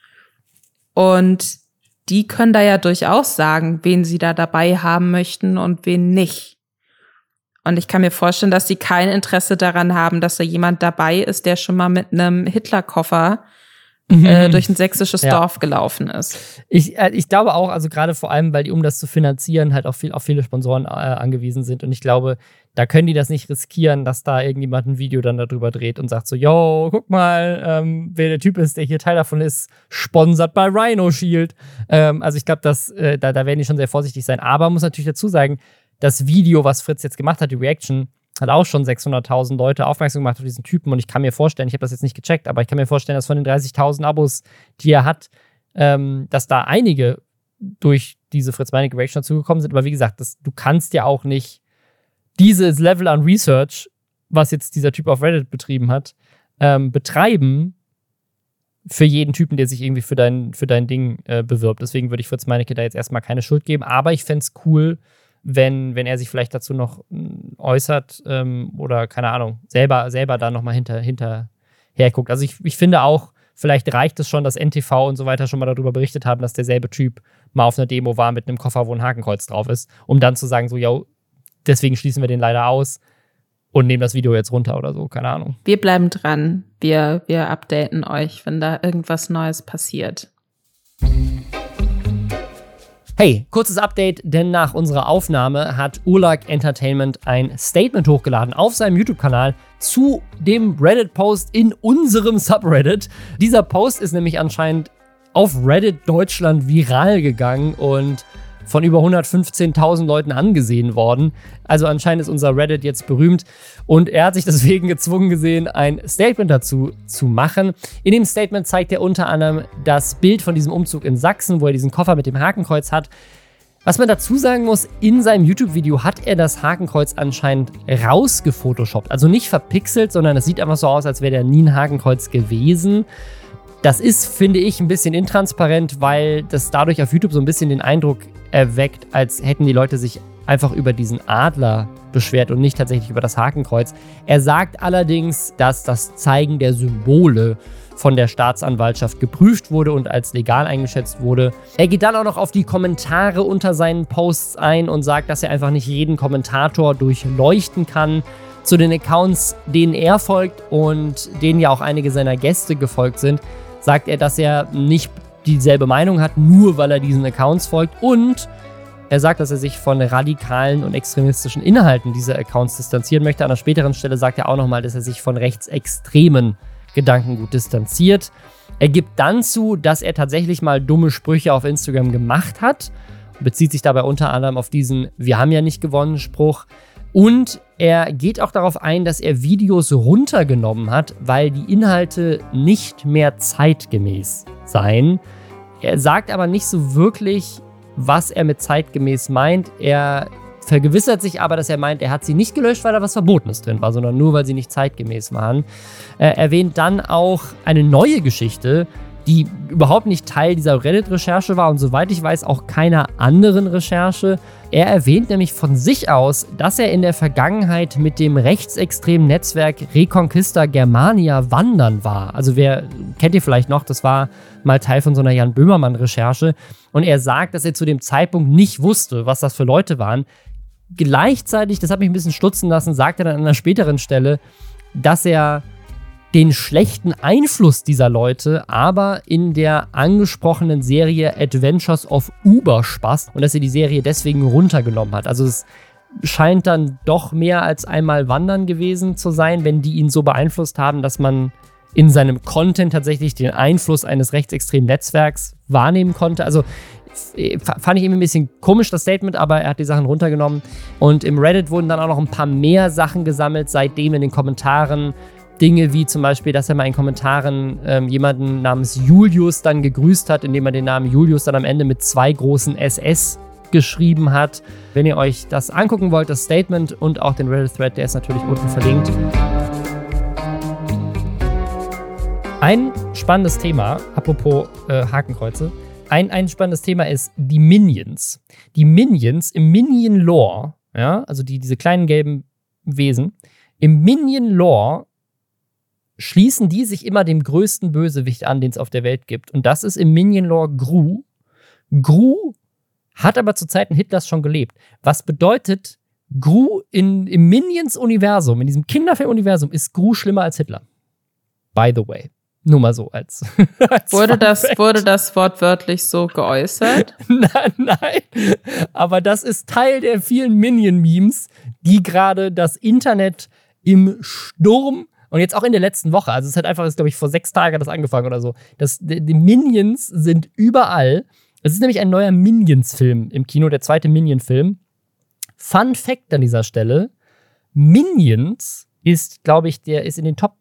[SPEAKER 2] Und die können da ja durchaus sagen, wen sie da dabei haben möchten und wen nicht. Und ich kann mir vorstellen, dass sie kein Interesse daran haben, dass da jemand dabei ist, der schon mal mit einem Hitler-Koffer durch ein sächsisches Dorf gelaufen ist.
[SPEAKER 1] Ich glaube auch, also gerade vor allem, weil die, um das zu finanzieren, halt auch auf viele Sponsoren angewiesen sind. Und ich glaube, da können die das nicht riskieren, dass da irgendjemand ein Video dann darüber dreht und sagt so, yo, guck mal, wer der Typ ist, der hier Teil davon ist, sponsert bei Rhino Shield. Also ich glaube, da werden die schon sehr vorsichtig sein. Aber man muss natürlich dazu sagen, das Video, was Fritz jetzt gemacht hat, die Reaction, hat auch schon 600.000 Leute aufmerksam gemacht auf diesen Typen. Und ich kann mir vorstellen, ich habe das jetzt nicht gecheckt, aber ich kann mir vorstellen, dass von den 30.000 Abos, die er hat, dass da einige durch diese Fritz-Meinecke Reaction dazugekommen sind. Aber wie gesagt, du kannst ja auch nicht dieses Level an Research, was jetzt dieser Typ auf Reddit betrieben hat, betreiben für jeden Typen, der sich irgendwie für dein Ding bewirbt. Deswegen würde ich Fritz-Meinecke da jetzt erstmal keine Schuld geben. Aber ich fände es cool, wenn er sich vielleicht dazu noch äußert oder, keine Ahnung, selber da nochmal hinterher guckt. Also ich finde auch, vielleicht reicht es schon, dass NTV und so weiter schon mal darüber berichtet haben, dass derselbe Typ mal auf einer Demo war mit einem Koffer, wo ein Hakenkreuz drauf ist, um dann zu sagen, so, yo, deswegen schließen wir den leider aus und nehmen das Video jetzt runter oder so, keine Ahnung.
[SPEAKER 2] Wir bleiben dran. Wir updaten euch, wenn da irgendwas Neues passiert.
[SPEAKER 1] Hey, kurzes Update, denn nach unserer Aufnahme hat Urlag Entertainment ein Statement hochgeladen auf seinem YouTube-Kanal zu dem Reddit-Post in unserem Subreddit. Dieser Post ist nämlich anscheinend auf Reddit Deutschland viral gegangen und von über 115.000 Leuten angesehen worden. Also anscheinend ist unser Reddit jetzt berühmt und er hat sich deswegen gezwungen gesehen, ein Statement dazu zu machen. In dem Statement zeigt er unter anderem das Bild von diesem Umzug in Sachsen, wo er diesen Koffer mit dem Hakenkreuz hat. Was man dazu sagen muss, in seinem YouTube-Video hat er das Hakenkreuz anscheinend rausgefotoshoppt. Also nicht verpixelt, sondern es sieht einfach so aus, als wäre da nie ein Hakenkreuz gewesen. Das ist, finde ich, ein bisschen intransparent, weil das dadurch auf YouTube so ein bisschen den Eindruck erweckt, als hätten die Leute sich einfach über diesen Adler beschwert und nicht tatsächlich über das Hakenkreuz. Er sagt allerdings, dass das Zeigen der Symbole von der Staatsanwaltschaft geprüft wurde und als legal eingeschätzt wurde. Er geht dann auch noch auf die Kommentare unter seinen Posts ein und sagt, dass er einfach nicht jeden Kommentator durchleuchten kann. Zu den Accounts, denen er folgt und denen ja auch einige seiner Gäste gefolgt sind, sagt er, dass er nicht dieselbe Meinung hat, nur weil er diesen Accounts folgt. Und er sagt, dass er sich von radikalen und extremistischen Inhalten dieser Accounts distanzieren möchte. An einer späteren Stelle sagt er auch nochmal, dass er sich von rechtsextremen Gedankengut distanziert. Er gibt dann zu, dass er tatsächlich mal dumme Sprüche auf Instagram gemacht hat. Bezieht sich dabei unter anderem auf diesen "Wir haben ja nicht gewonnen" Spruch. Und er geht auch darauf ein, dass er Videos runtergenommen hat, weil die Inhalte nicht mehr zeitgemäß seien. Er sagt aber nicht so wirklich, was er mit zeitgemäß meint. Er vergewissert sich aber, dass er meint, er hat sie nicht gelöscht, weil da was Verbotenes drin war, sondern nur, weil sie nicht zeitgemäß waren. Er erwähnt dann auch eine neue Geschichte, die überhaupt nicht Teil dieser Reddit-Recherche war und soweit ich weiß auch keiner anderen Recherche. Er erwähnt nämlich von sich aus, dass er in der Vergangenheit mit dem rechtsextremen Netzwerk Reconquista Germania wandern war. Also kennt ihr vielleicht noch, das war mal Teil von so einer Jan Böhmermann-Recherche. Und er sagt, dass er zu dem Zeitpunkt nicht wusste, was das für Leute waren. Gleichzeitig, das hat mich ein bisschen stutzen lassen, sagt er dann an einer späteren Stelle, dass er den schlechten Einfluss dieser Leute aber in der angesprochenen Serie Adventures of Uberspaß und dass er die Serie deswegen runtergenommen hat. Also es scheint dann doch mehr als einmal Wandern gewesen zu sein, wenn die ihn so beeinflusst haben, dass man in seinem Content tatsächlich den Einfluss eines rechtsextremen Netzwerks wahrnehmen konnte. Also fand ich irgendwie ein bisschen komisch, das Statement, aber er hat die Sachen runtergenommen. Und im Reddit wurden dann auch noch ein paar mehr Sachen gesammelt, seitdem in den Kommentaren. Dinge wie zum Beispiel, dass er mal in Kommentaren jemanden namens Julius dann gegrüßt hat, indem er den Namen Julius dann am Ende mit 2 großen SS geschrieben hat. Wenn ihr euch das angucken wollt, das Statement und auch den Reddit-Thread, der ist natürlich unten verlinkt. Ein spannendes Thema, apropos Hakenkreuze, ein spannendes Thema ist die Minions. Die Minions im Minion-Lore, ja, also diese kleinen gelben Wesen, im Minion-Lore schließen die sich immer dem größten Bösewicht an, den es auf der Welt gibt. Und das ist im Minion-Lore Gru. Gru hat aber zu Zeiten Hitlers schon gelebt. Was bedeutet, Gru im Minions-Universum, in diesem Kinderfilm-Universum, ist Gru schlimmer als Hitler. By the way. Nur mal so als
[SPEAKER 2] wurde das wortwörtlich so geäußert?
[SPEAKER 1] Nein, aber das ist Teil der vielen Minion-Memes, die gerade das Internet im Sturm und jetzt auch in der letzten Woche, also es hat einfach, glaube ich, vor 6 Tagen hat das angefangen oder so. Die Minions sind überall. Es ist nämlich ein neuer Minions-Film im Kino, der 2. Minion-Film. Fun Fact an dieser Stelle: Minions ist, glaube ich, der ist in den Top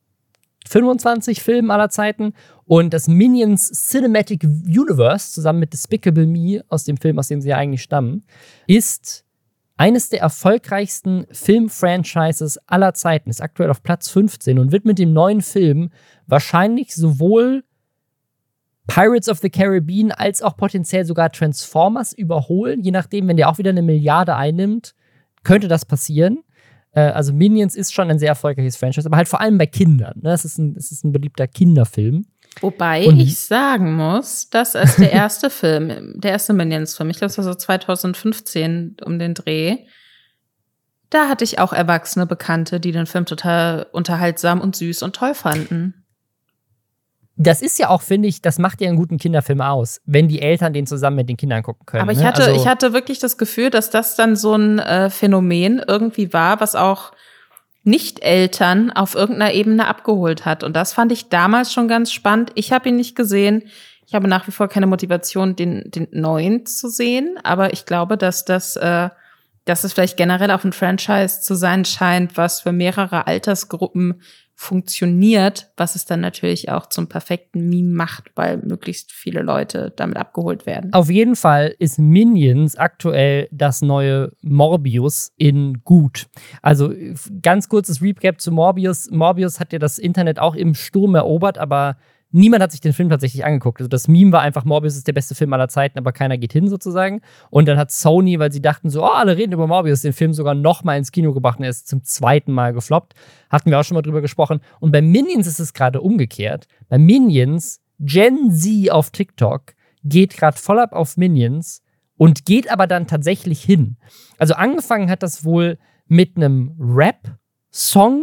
[SPEAKER 1] 25 Filmen aller Zeiten und das Minions Cinematic Universe zusammen mit Despicable Me aus dem Film, aus dem sie ja eigentlich stammen, ist eines der erfolgreichsten Film-Franchises aller Zeiten, ist aktuell auf Platz 15 und wird mit dem neuen Film wahrscheinlich sowohl Pirates of the Caribbean als auch potenziell sogar Transformers überholen, je nachdem, wenn der auch wieder 1 Milliarde einnimmt, könnte das passieren. Also Minions ist schon ein sehr erfolgreiches Franchise, aber halt vor allem bei Kindern. Ne? Es ist ein beliebter Kinderfilm.
[SPEAKER 2] Wobei ich sagen muss, das ist der erste Film, der erste Minions-Film. Ich glaube, das war so 2015 um den Dreh. Da hatte ich auch erwachsene Bekannte, die den Film total unterhaltsam und süß und toll fanden.
[SPEAKER 1] Das ist ja auch, finde ich, das macht ja einen guten Kinderfilm aus, wenn die Eltern den zusammen mit den Kindern gucken können.
[SPEAKER 2] Aber ich hatte wirklich das Gefühl, dass das dann so ein Phänomen irgendwie war, was auch Nicht-Eltern auf irgendeiner Ebene abgeholt hat. Und das fand ich damals schon ganz spannend. Ich habe ihn nicht gesehen. Ich habe nach wie vor keine Motivation, den neuen zu sehen. Aber ich glaube, dass es vielleicht generell auch ein Franchise zu sein scheint, was für mehrere Altersgruppen funktioniert, was es dann natürlich auch zum perfekten Meme macht, weil möglichst viele Leute damit abgeholt werden.
[SPEAKER 1] Auf jeden Fall ist Minions aktuell das neue Morbius in gut. Also ganz kurzes Recap zu Morbius. Morbius hat ja das Internet auch im Sturm erobert, aber niemand hat sich den Film tatsächlich angeguckt. Also das Meme war einfach, Morbius ist der beste Film aller Zeiten, aber keiner geht hin sozusagen. Und dann hat Sony, weil sie dachten so, alle reden über Morbius, den Film sogar noch mal ins Kino gebracht und er ist zum 2. Mal gefloppt. Hatten wir auch schon mal drüber gesprochen. Und bei Minions ist es gerade umgekehrt. Bei Minions, Gen Z auf TikTok geht gerade voll ab auf Minions und geht aber dann tatsächlich hin. Also angefangen hat das wohl mit einem Rap-Song.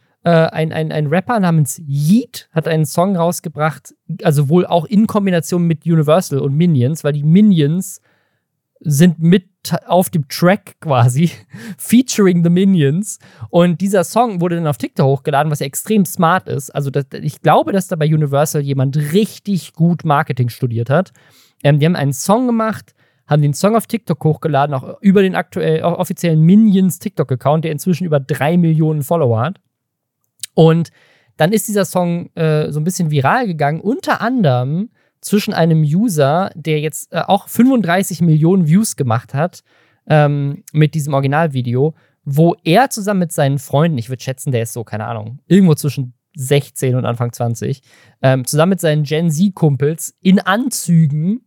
[SPEAKER 1] Ein Rapper namens Yeet hat einen Song rausgebracht, also wohl auch in Kombination mit Universal und Minions, weil die Minions sind mit auf dem Track quasi, featuring the Minions. Und dieser Song wurde dann auf TikTok hochgeladen, was ja extrem smart ist. Also ich glaube, dass da bei Universal jemand richtig gut Marketing studiert hat. Die haben einen Song gemacht, haben den Song auf TikTok hochgeladen, auch über den auch offiziellen Minions TikTok-Account, der inzwischen über 3 Millionen Follower hat. Und dann ist dieser Song so ein bisschen viral gegangen, unter anderem zwischen einem User, der jetzt auch 35 Millionen Views gemacht hat mit diesem Originalvideo, wo er zusammen mit seinen Freunden, ich würde schätzen, der ist so, keine Ahnung, irgendwo zwischen 16 und Anfang 20, zusammen mit seinen Gen Z-Kumpels in Anzügen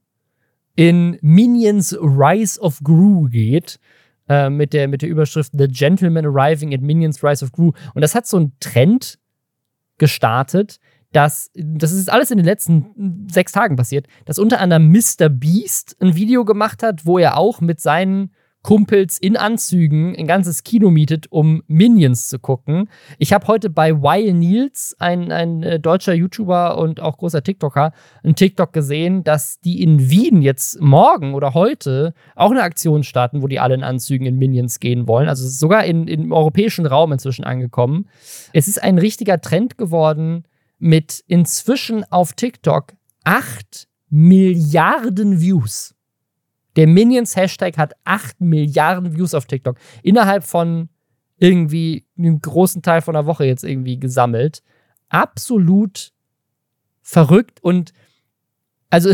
[SPEAKER 1] in Minions Rise of Gru geht. Mit der Überschrift The Gentleman Arriving at Minions Rise of Gru. Und das hat so einen Trend gestartet, das ist alles in den letzten 6 Tagen passiert, dass unter anderem Mr. Beast ein Video gemacht hat, wo er auch mit seinen Kumpels in Anzügen ein ganzes Kino mietet, um Minions zu gucken. Ich habe heute bei Weil Niels, ein deutscher YouTuber und auch großer TikToker, einen TikTok gesehen, dass die in Wien jetzt morgen oder heute auch eine Aktion starten, wo die alle in Anzügen in Minions gehen wollen. Also es ist sogar im europäischen Raum inzwischen angekommen. Es ist ein richtiger Trend geworden mit inzwischen auf TikTok 8 Milliarden Views. Der Minions-Hashtag hat 8 Milliarden Views auf TikTok. Innerhalb von irgendwie einem großen Teil von einer Woche jetzt irgendwie gesammelt. Absolut verrückt. Und also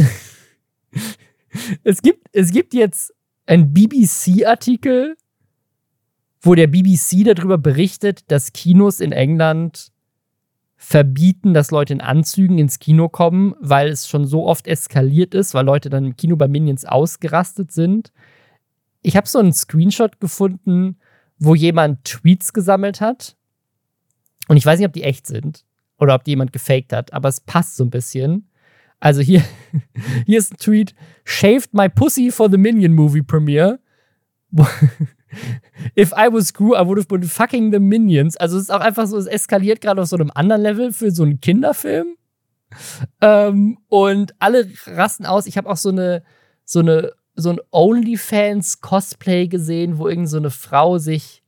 [SPEAKER 1] es gibt jetzt einen BBC-Artikel, wo der BBC darüber berichtet, dass Kinos in England verbieten, dass Leute in Anzügen ins Kino kommen, weil es schon so oft eskaliert ist, weil Leute dann im Kino bei Minions ausgerastet sind. Ich habe so einen Screenshot gefunden, wo jemand Tweets gesammelt hat. Und ich weiß nicht, ob die echt sind oder ob die jemand gefaked hat, aber es passt so ein bisschen. Also hier ist ein Tweet: Shaved my pussy for the Minion movie premiere. If I was Gru, I would have been fucking the Minions. Also es ist auch einfach so, es eskaliert gerade auf so einem anderen Level für so einen Kinderfilm. Und alle rasten aus. Ich habe auch so ein OnlyFans-Cosplay gesehen, wo irgend so eine Frau sich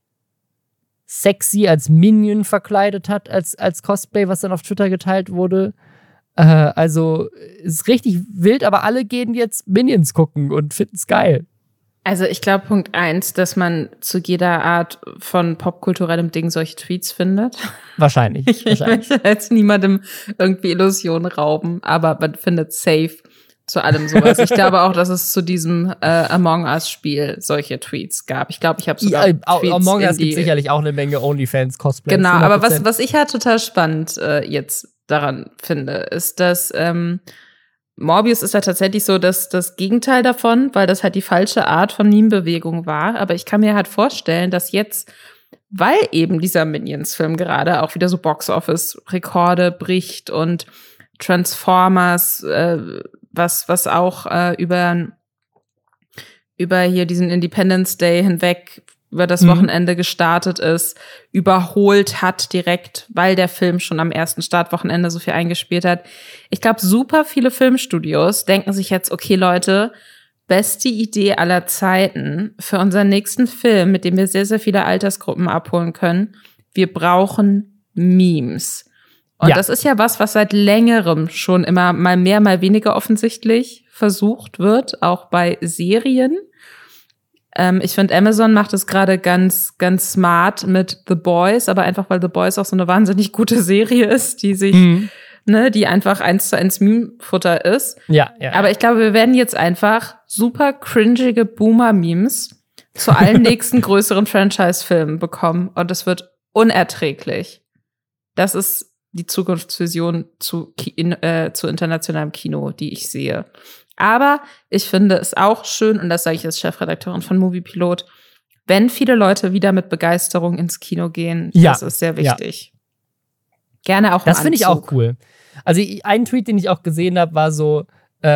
[SPEAKER 1] sexy als Minion verkleidet hat, als Cosplay, was dann auf Twitter geteilt wurde. Also, ist richtig wild, aber alle gehen jetzt Minions gucken und finden es geil.
[SPEAKER 2] Also, ich glaube, Punkt 1, dass man zu jeder Art von popkulturellem Ding solche Tweets findet.
[SPEAKER 1] Wahrscheinlich.
[SPEAKER 2] Ich möchte jetzt niemandem irgendwie Illusionen rauben, aber man findet safe zu allem sowas. Ich glaube auch, dass es zu diesem Among Us-Spiel solche Tweets gab. Ich glaube, ich habe sogar Tweets
[SPEAKER 1] Among Us gibt sicherlich auch eine Menge OnlyFans-Cosplays.
[SPEAKER 2] Genau, 100%. Aber was ich halt total spannend jetzt daran finde, ist, dass Morbius ist ja tatsächlich so das Gegenteil davon, weil das halt die falsche Art von Meme-Bewegung war. Aber ich kann mir halt vorstellen, dass jetzt, weil eben dieser Minions-Film gerade auch wieder so Box-Office-Rekorde bricht und Transformers, was auch über hier diesen Independence Day hinweg über das Wochenende gestartet ist, überholt hat direkt, weil der Film schon am ersten Startwochenende so viel eingespielt hat. Ich glaube, super viele Filmstudios denken sich jetzt, okay, Leute, beste Idee aller Zeiten für unseren nächsten Film, mit dem wir sehr, sehr viele Altersgruppen abholen können. Wir brauchen Memes. Und das ist ja was seit längerem schon immer mal mehr, mal weniger offensichtlich versucht wird, auch bei Serien. Ich finde, Amazon macht es gerade ganz, ganz smart mit The Boys, aber einfach, weil The Boys auch so eine wahnsinnig gute Serie ist, die sich, die einfach 1:1 Meme-Futter ist.
[SPEAKER 1] Ja.
[SPEAKER 2] Aber ich glaube, wir werden jetzt einfach super cringige Boomer-Memes zu allen nächsten größeren Franchise-Filmen bekommen. Und es wird unerträglich. Das ist die Zukunftsvision zu internationalem Kino, die ich sehe. Aber ich finde es auch schön, und das sage ich als Chefredakteurin von Moviepilot, wenn viele Leute wieder mit Begeisterung ins Kino gehen, das ist sehr wichtig. Ja. Gerne auch im
[SPEAKER 1] Das finde ich auch cool. Also ein Tweet, den ich auch gesehen habe, war so,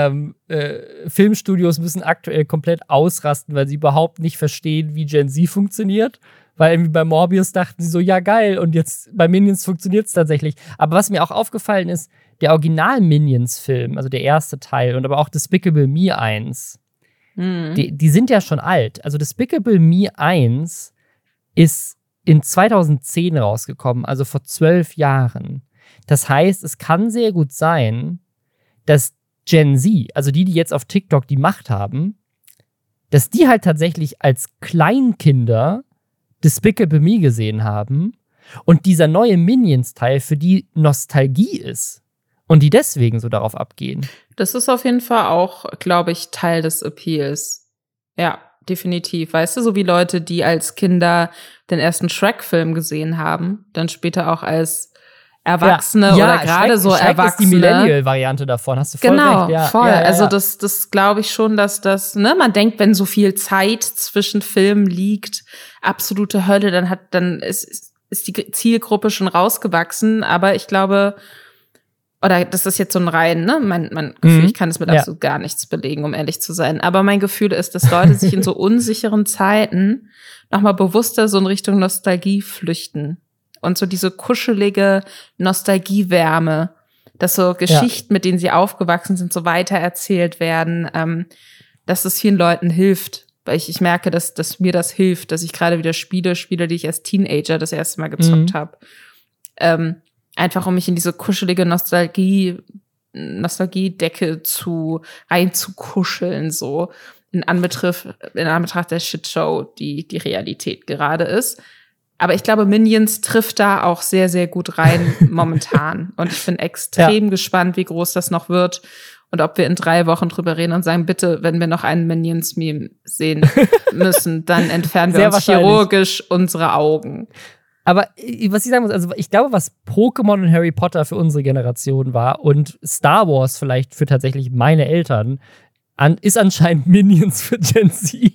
[SPEAKER 1] Filmstudios müssen aktuell komplett ausrasten, weil sie überhaupt nicht verstehen, wie Gen Z funktioniert. Weil irgendwie bei Morbius dachten sie so, ja geil, und jetzt bei Minions funktioniert es tatsächlich. Aber was mir auch aufgefallen ist, der Original-Minions-Film, also der erste Teil und aber auch Despicable Me 1, die sind ja schon alt. Also Despicable Me 1 ist in 2010 rausgekommen, also vor 12 Jahren. Das heißt, es kann sehr gut sein, dass Gen Z, also die jetzt auf TikTok die Macht haben, dass die halt tatsächlich als Kleinkinder Despicable Me gesehen haben und dieser neue Minions-Teil für die Nostalgie ist und die deswegen so darauf abgehen.
[SPEAKER 2] Das ist auf jeden Fall auch, glaube ich, Teil des Appeals. Ja, definitiv. Weißt du, so wie Leute, die als Kinder den ersten Shrek-Film gesehen haben, dann später auch als Erwachsene oder gerade so
[SPEAKER 1] Shrek
[SPEAKER 2] Erwachsene.
[SPEAKER 1] Ist die Millennial-Variante davon, hast du voll recht. Ja,
[SPEAKER 2] voll. Ja. Also das glaube ich schon, dass das, man denkt, wenn so viel Zeit zwischen Filmen liegt, absolute Hölle, dann ist die Zielgruppe schon rausgewachsen. Aber ich glaube, oder das ist jetzt so ein rein, mein Gefühl, ich kann es mit absolut gar nichts belegen, um ehrlich zu sein. Aber mein Gefühl ist, dass Leute sich in so unsicheren Zeiten nochmal bewusster so in Richtung Nostalgie flüchten. Und so diese kuschelige Nostalgiewärme, dass so Geschichten, mit denen sie aufgewachsen sind, so weitererzählt werden, dass es vielen Leuten hilft. Weil ich merke, dass mir das hilft, dass ich gerade wieder Spiele, die ich als Teenager das erste Mal gezockt habe. Einfach um mich in diese kuschelige Nostalgiedecke reinzukuscheln, so in Anbetracht der Shitshow, die Realität gerade ist. Aber ich glaube, Minions trifft da auch sehr, sehr gut rein momentan. Und ich bin extrem gespannt, wie groß das noch wird und ob wir in 3 Wochen drüber reden und sagen, bitte, wenn wir noch einen Minions-Meme sehen müssen, dann entfernen wir uns chirurgisch unsere Augen.
[SPEAKER 1] Aber was ich sagen muss, also ich glaube, was Pokémon und Harry Potter für unsere Generation war und Star Wars vielleicht für tatsächlich meine Eltern, ist anscheinend Minions für Gen Z.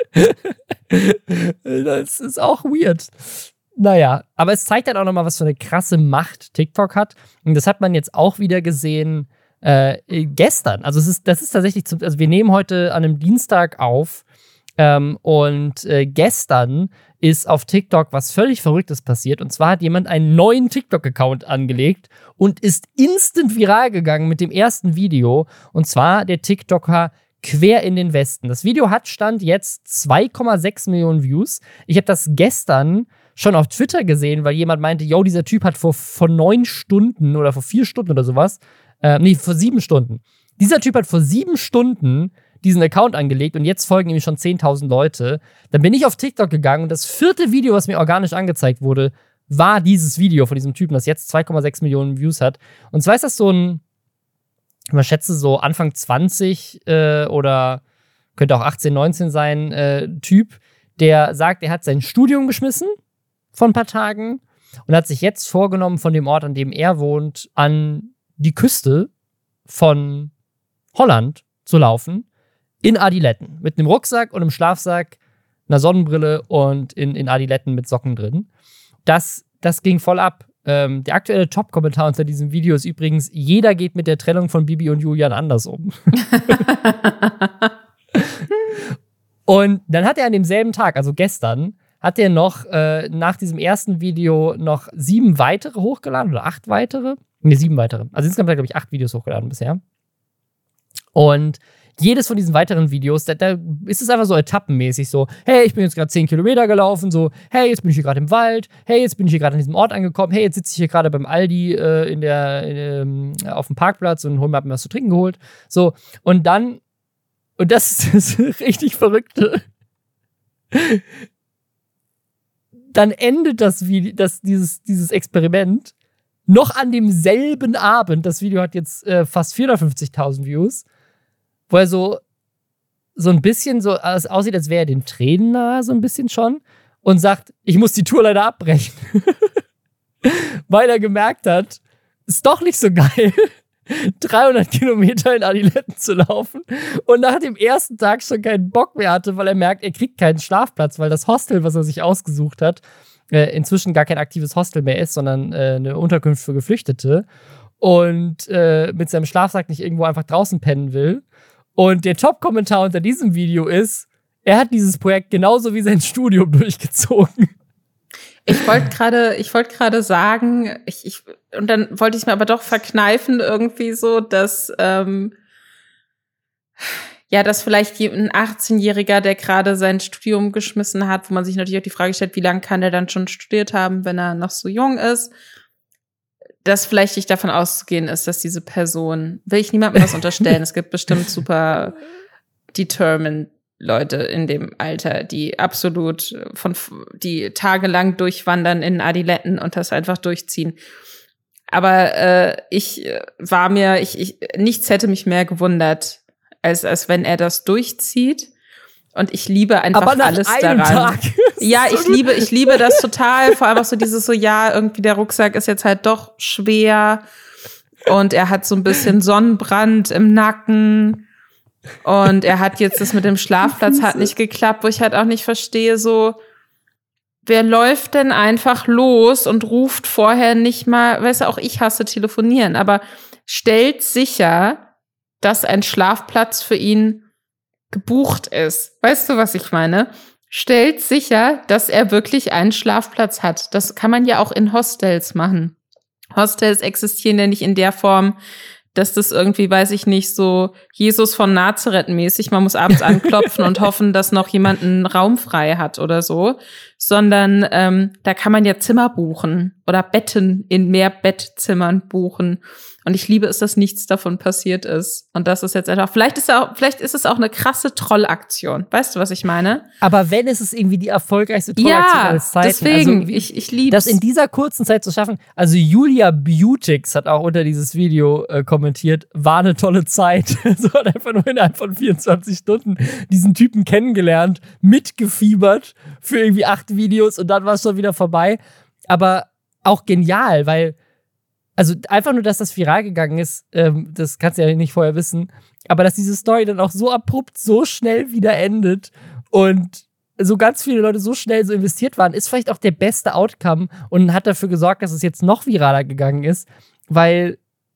[SPEAKER 1] Das ist auch weird. Naja, aber es zeigt halt auch nochmal, was für eine krasse Macht TikTok hat. Und das hat man jetzt auch wieder gesehen gestern. Also das ist tatsächlich, also wir nehmen heute an einem Dienstag auf. Gestern ist auf TikTok was völlig Verrücktes passiert. Und zwar hat jemand einen neuen TikTok-Account angelegt und ist instant viral gegangen mit dem ersten Video. Und zwar der TikToker Quer in den Westen. Das Video hat Stand jetzt 2,6 Millionen Views. Ich habe das gestern schon auf Twitter gesehen, weil jemand meinte, yo, dieser Typ hat vor 9 Stunden oder vor 4 Stunden oder sowas, vor 7 Stunden. Dieser Typ hat vor 7 Stunden diesen Account angelegt und jetzt folgen ihm schon 10.000 Leute. Dann bin ich auf TikTok gegangen und das 4. Video, was mir organisch angezeigt wurde, war dieses Video von diesem Typen, das jetzt 2,6 Millionen Views hat. Und zwar ist das so ein, man schätze so Anfang 20 oder könnte auch 18, 19 sein, Typ, der sagt, er hat sein Studium geschmissen vor ein paar Tagen und hat sich jetzt vorgenommen, von dem Ort, an dem er wohnt, an die Küste von Holland zu laufen, in Adiletten. Mit einem Rucksack und einem Schlafsack, einer Sonnenbrille und in Adiletten mit Socken drin. Das ging voll ab. Der aktuelle Top-Kommentar unter diesem Video ist übrigens, jeder geht mit der Trennung von Bibi und Julian anders um. Und dann hat er an demselben Tag, also gestern, hat er noch nach diesem ersten Video noch 7 weitere hochgeladen oder 8 weitere. Ne, 7 weitere. Also insgesamt hat er, glaube ich, 8 Videos hochgeladen bisher. Und jedes von diesen weiteren Videos, da ist es einfach so etappenmäßig so, hey, ich bin jetzt gerade 10 Kilometer gelaufen, so, hey, jetzt bin ich hier gerade im Wald, hey, jetzt bin ich hier gerade an diesem Ort angekommen, hey, jetzt sitze ich hier gerade beim Aldi auf dem Parkplatz und hol mir was zu trinken geholt. So, und dann, und das ist das richtig Verrückte, dann endet das Video, dieses Experiment noch an demselben Abend. Das Video hat jetzt fast 450.000 Views, wo er so ein bisschen so aussieht, als wäre er den Tränen nahe, so ein bisschen schon, und sagt, ich muss die Tour leider abbrechen. Weil er gemerkt hat, ist doch nicht so geil, 300 Kilometer in Adiletten zu laufen und nach dem ersten Tag schon keinen Bock mehr hatte, weil er merkt, er kriegt keinen Schlafplatz, weil das Hostel, was er sich ausgesucht hat, inzwischen gar kein aktives Hostel mehr ist, sondern eine Unterkunft für Geflüchtete und mit seinem Schlafsack nicht irgendwo einfach draußen pennen will. Und der Top-Kommentar unter diesem Video ist, er hat dieses Projekt genauso wie sein Studium durchgezogen.
[SPEAKER 2] Ich wollte gerade sagen, und dann wollte ich es mir aber doch verkneifen irgendwie so, dass dass vielleicht ein 18-Jähriger, der gerade sein Studium geschmissen hat, wo man sich natürlich auch die Frage stellt, wie lange kann er dann schon studiert haben, wenn er noch so jung ist, dass vielleicht nicht davon auszugehen ist, dass diese Person, will ich niemandem was unterstellen, es gibt bestimmt super determined Leute in dem Alter, die absolut die tagelang durchwandern in Adiletten und das einfach durchziehen. Aber nichts hätte mich mehr gewundert, als wenn er das durchzieht. Und ich liebe einfach alles daran. Tag. Ja, ich liebe das total. Vor allem auch so dieses so, ja, irgendwie der Rucksack ist jetzt halt doch schwer und er hat so ein bisschen Sonnenbrand im Nacken und er hat jetzt das mit dem Schlafplatz hat nicht geklappt, wo ich halt auch nicht verstehe, so, wer läuft denn einfach los und ruft vorher nicht mal, weißt du, auch ich hasse telefonieren, aber stellt sicher, dass ein Schlafplatz für ihn gebucht ist. Weißt du, was ich meine? Stellt sicher, dass er wirklich einen Schlafplatz hat. Das kann man ja auch in Hostels machen. Hostels existieren ja nicht in der Form, dass das irgendwie, weiß ich nicht, so Jesus von Nazareth mäßig, man muss abends anklopfen und hoffen, dass noch jemand einen Raum frei hat oder so, sondern da kann man ja Zimmer buchen oder Betten in Mehrbettzimmern buchen. Und ich liebe es, dass nichts davon passiert ist. Und das ist jetzt einfach, vielleicht ist es auch eine krasse Trollaktion. Weißt du, was ich meine?
[SPEAKER 1] Aber wenn, ist es irgendwie die erfolgreichste Trollaktion aller Zeiten.
[SPEAKER 2] Deswegen, also, ich liebe
[SPEAKER 1] das in dieser kurzen Zeit zu schaffen. Also Julia Beautix hat auch unter dieses Video kommentiert, war eine tolle Zeit. So hat einfach nur innerhalb von 24 Stunden diesen Typen kennengelernt, mitgefiebert für irgendwie 8 Videos und dann war es schon wieder vorbei. Aber auch genial, weil also einfach nur, dass das viral gegangen ist, das kannst du ja nicht vorher wissen, aber dass diese Story dann auch so abrupt, so schnell wieder endet und so ganz viele Leute so schnell so investiert waren, ist vielleicht auch der beste Outcome und hat dafür gesorgt, dass es jetzt noch viraler gegangen ist, weil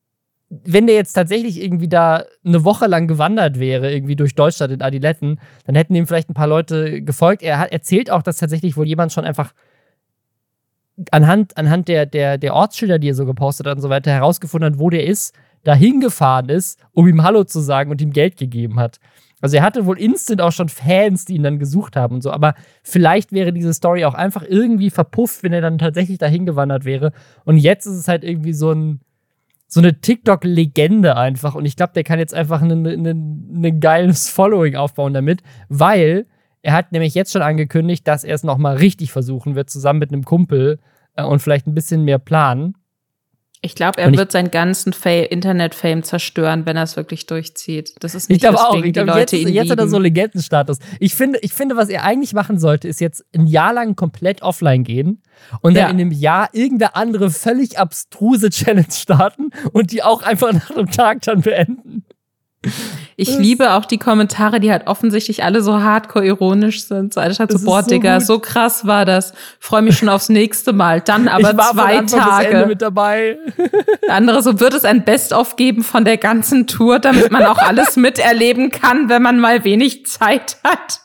[SPEAKER 1] wenn der jetzt tatsächlich irgendwie da eine Woche lang gewandert wäre, irgendwie durch Deutschland in Adiletten, dann hätten ihm vielleicht ein paar Leute gefolgt. Er erzählt auch, dass tatsächlich wohl jemand schon einfach anhand der Ortsschilder, die er so gepostet hat und so weiter, herausgefunden hat, wo der ist, dahin gefahren ist, um ihm Hallo zu sagen und ihm Geld gegeben hat. Also er hatte wohl instant auch schon Fans, die ihn dann gesucht haben und so. Aber vielleicht wäre diese Story auch einfach irgendwie verpufft, wenn er dann tatsächlich dahin gewandert wäre. Und jetzt ist es halt irgendwie so eine TikTok-Legende einfach. Und ich glaube, der kann jetzt einfach ein geiles Following aufbauen damit, weil er hat nämlich jetzt schon angekündigt, dass er es nochmal richtig versuchen wird, zusammen mit einem Kumpel und vielleicht ein bisschen mehr planen.
[SPEAKER 2] Ich glaube, er wird seinen ganzen Internet-Fame zerstören, wenn er es wirklich durchzieht. Das ist nicht
[SPEAKER 1] weswegen die Leute ihn lieben. Jetzt hat er so Legendenstatus. Ich finde, was er eigentlich machen sollte, ist jetzt ein Jahr lang komplett offline gehen und dann in einem Jahr irgendeine andere völlig abstruse Challenge starten und die auch einfach nach einem Tag dann beenden.
[SPEAKER 2] Ich liebe auch die Kommentare, die halt offensichtlich alle so hardcore-ironisch sind. So, halt so, boah, Digga, so krass war das. Freue mich schon aufs nächste Mal. Dann aber 2 Tage.
[SPEAKER 1] Ende mit dabei.
[SPEAKER 2] Der andere so, wird es ein Best-of geben von der ganzen Tour, damit man auch alles miterleben kann, wenn man mal wenig Zeit hat.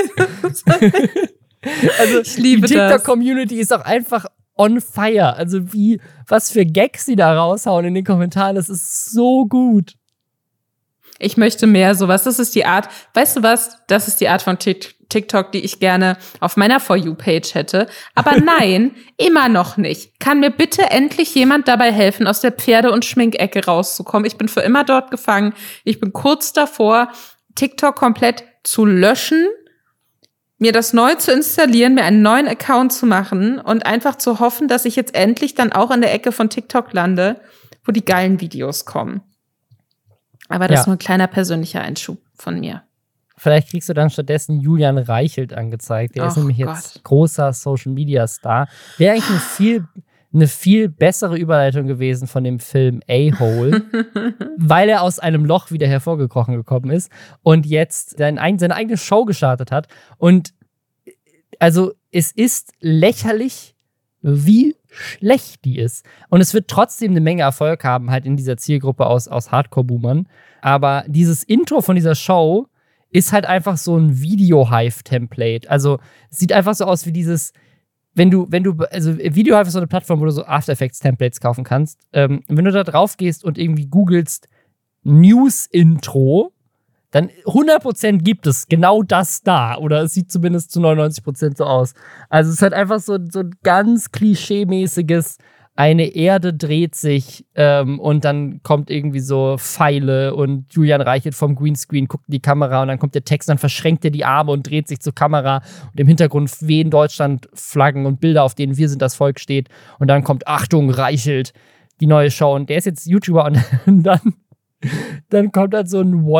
[SPEAKER 1] Also, ich liebe die TikTok-Community ist auch einfach on fire. Also, was für Gags sie da raushauen in den Kommentaren, das ist so gut.
[SPEAKER 2] Ich möchte mehr sowas. Das ist die Art, weißt du was? Das ist die Art von TikTok, die ich gerne auf meiner For You-Page hätte. Aber nein, immer noch nicht. Kann mir bitte endlich jemand dabei helfen, aus der Pferde- und Schminkecke rauszukommen? Ich bin für immer dort gefangen. Ich bin kurz davor, TikTok komplett zu löschen, mir das neu zu installieren, mir einen neuen Account zu machen und einfach zu hoffen, dass ich jetzt endlich dann auch in der Ecke von TikTok lande, wo die geilen Videos kommen. Aber das ist nur ein kleiner persönlicher Einschub von mir.
[SPEAKER 1] Vielleicht kriegst du dann stattdessen Julian Reichelt angezeigt. Der ist nämlich jetzt großer Social-Media-Star. Wäre eigentlich eine viel bessere Überleitung gewesen von dem Film A-Hole, weil er aus einem Loch wieder hervorgekrochen gekommen ist und jetzt seine eigene Show gestartet hat. Und also es ist lächerlich, wie schlecht die ist. Und es wird trotzdem eine Menge Erfolg haben, halt in dieser Zielgruppe aus Hardcore-Boomern. Aber dieses Intro von dieser Show ist halt einfach so ein Video-Hive-Template. Also es sieht einfach so aus wie dieses, also Video-Hive ist so eine Plattform, wo du so After Effects-Templates kaufen kannst. Wenn du da drauf gehst und irgendwie googelst News-Intro, dann 100% gibt es genau das da. Oder es sieht zumindest zu 99% so aus. Also es ist halt einfach so ein ganz klischee-mäßiges, eine Erde dreht sich und dann kommt irgendwie so Pfeile und Julian Reichelt vom Greenscreen guckt in die Kamera und dann kommt der Text, dann verschränkt er die Arme und dreht sich zur Kamera und im Hintergrund wehen Deutschland-Flaggen und Bilder, auf denen "Wir sind das Volk" steht und dann kommt "Achtung, Reichelt", die neue Show und der ist jetzt YouTuber und dann kommt halt so ein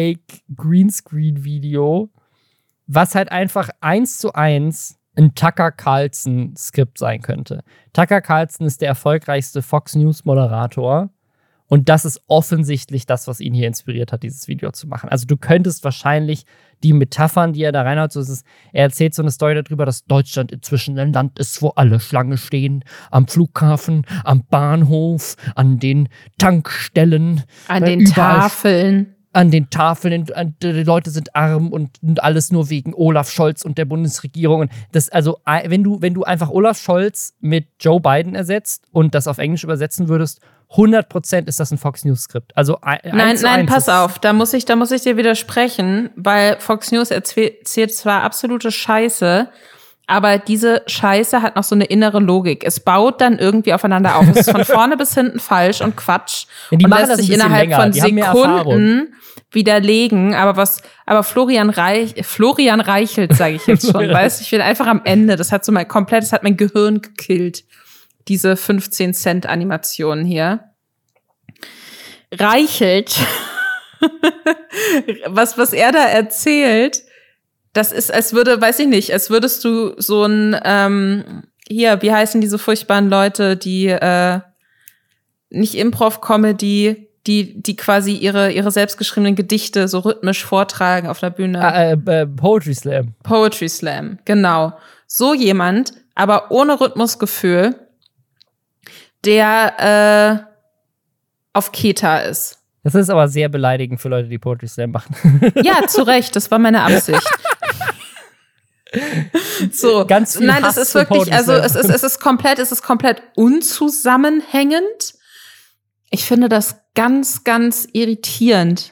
[SPEAKER 1] One-Take-Greenscreen-Video, was halt einfach 1:1 ein Tucker Carlson-Skript sein könnte. Tucker Carlson ist der erfolgreichste Fox News-Moderator und das ist offensichtlich das, was ihn hier inspiriert hat, dieses Video zu machen. Also du könntest wahrscheinlich die Metaphern, die er da reinhaut, er erzählt so eine Story darüber, dass Deutschland inzwischen ein Land ist, wo alle Schlange stehen, am Flughafen, am Bahnhof, an den Tankstellen,
[SPEAKER 2] an den Tafeln.
[SPEAKER 1] An den Tafeln, die Leute sind arm und alles nur wegen Olaf Scholz und der Bundesregierung. Und das, also, wenn du einfach Olaf Scholz mit Joe Biden ersetzt und das auf Englisch übersetzen würdest, 100% ist das ein Fox News-Skript. Also
[SPEAKER 2] nein, pass auf, da muss ich dir widersprechen, weil Fox News erzählt zwar absolute Scheiße, aber diese Scheiße hat noch so eine innere Logik. Es baut dann irgendwie aufeinander auf. Es ist von vorne bis hinten falsch und Quatsch.
[SPEAKER 1] Ja, die
[SPEAKER 2] und
[SPEAKER 1] machen
[SPEAKER 2] lässt sich innerhalb von Sekunden widerlegen. Aber Florian Reichelt, sage ich jetzt schon. Weißt du, ich will einfach am Ende. Das hat mein Gehirn gekillt. Diese 15-Cent-Animationen hier. Reichelt. was er da erzählt, das ist, als würdest du so ein, wie heißen diese furchtbaren Leute, die, nicht Improv-Comedy, die quasi ihre selbstgeschriebenen Gedichte so rhythmisch vortragen auf der Bühne.
[SPEAKER 1] Poetry Slam.
[SPEAKER 2] Poetry Slam, genau. So jemand, aber ohne Rhythmusgefühl, der auf Keta ist.
[SPEAKER 1] Das ist aber sehr beleidigend für Leute, die Poetry Slam machen.
[SPEAKER 2] Ja, zu Recht, das war meine Absicht. So,
[SPEAKER 1] ganz viel
[SPEAKER 2] nein,
[SPEAKER 1] Hass
[SPEAKER 2] das ist wirklich, also es ist komplett unzusammenhängend. Ich finde das ganz, ganz irritierend.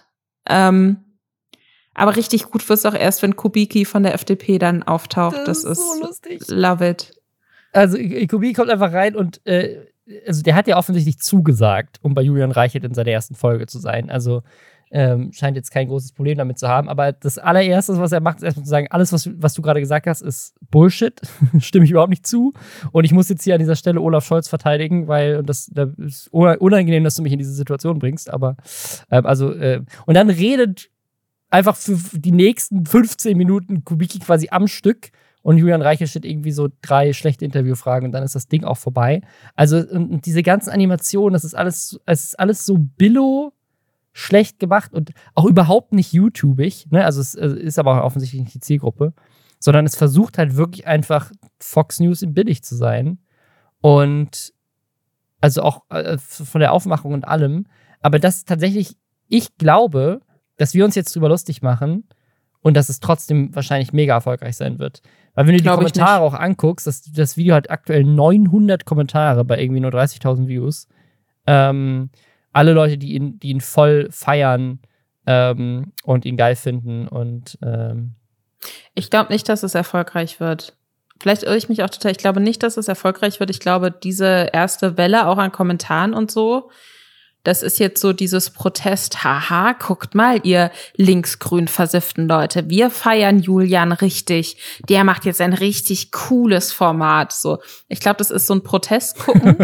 [SPEAKER 2] Aber richtig gut wird es auch erst, wenn Kubicki von der FDP dann auftaucht. Das ist so lustig. Love it.
[SPEAKER 1] Also Kubicki kommt einfach rein und also der hat ja offensichtlich zugesagt, um bei Julian Reichelt in seiner ersten Folge zu sein. Also scheint jetzt kein großes Problem damit zu haben. Aber das allererste, was er macht, ist erstmal zu sagen, alles, was du gerade gesagt hast, ist Bullshit. Stimme ich überhaupt nicht zu. Und ich muss jetzt hier an dieser Stelle Olaf Scholz verteidigen, weil das ist unangenehm, dass du mich in diese Situation bringst. Aber und dann redet einfach für die nächsten 15 Minuten Kubicki quasi am Stück und Julian Reichelt steht irgendwie so 3 schlechte Interviewfragen und dann ist das Ding auch vorbei. Also und diese ganzen Animationen, es ist alles so billo schlecht gemacht und auch überhaupt nicht YouTubig, ne? Also es ist aber auch offensichtlich nicht die Zielgruppe, sondern es versucht halt wirklich einfach Fox News in billig zu sein und also auch von der Aufmachung und allem, aber das tatsächlich, ich glaube, dass wir uns jetzt drüber lustig machen und dass es trotzdem wahrscheinlich mega erfolgreich sein wird. Weil wenn du die Kommentare auch anguckst, das Video hat aktuell 900 Kommentare bei irgendwie nur 30.000 Views. Alle Leute, die ihn voll feiern und ihn geil finden. Und
[SPEAKER 2] ich glaube nicht, dass es erfolgreich wird. Vielleicht irre ich mich auch total. Ich glaube nicht, dass es erfolgreich wird. Ich glaube, diese erste Welle auch an Kommentaren und so, das ist jetzt so dieses Protest, haha, guckt mal, ihr linksgrün versifften Leute, wir feiern Julian richtig, der macht jetzt ein richtig cooles Format. So, ich glaube, das ist so ein Protest gucken.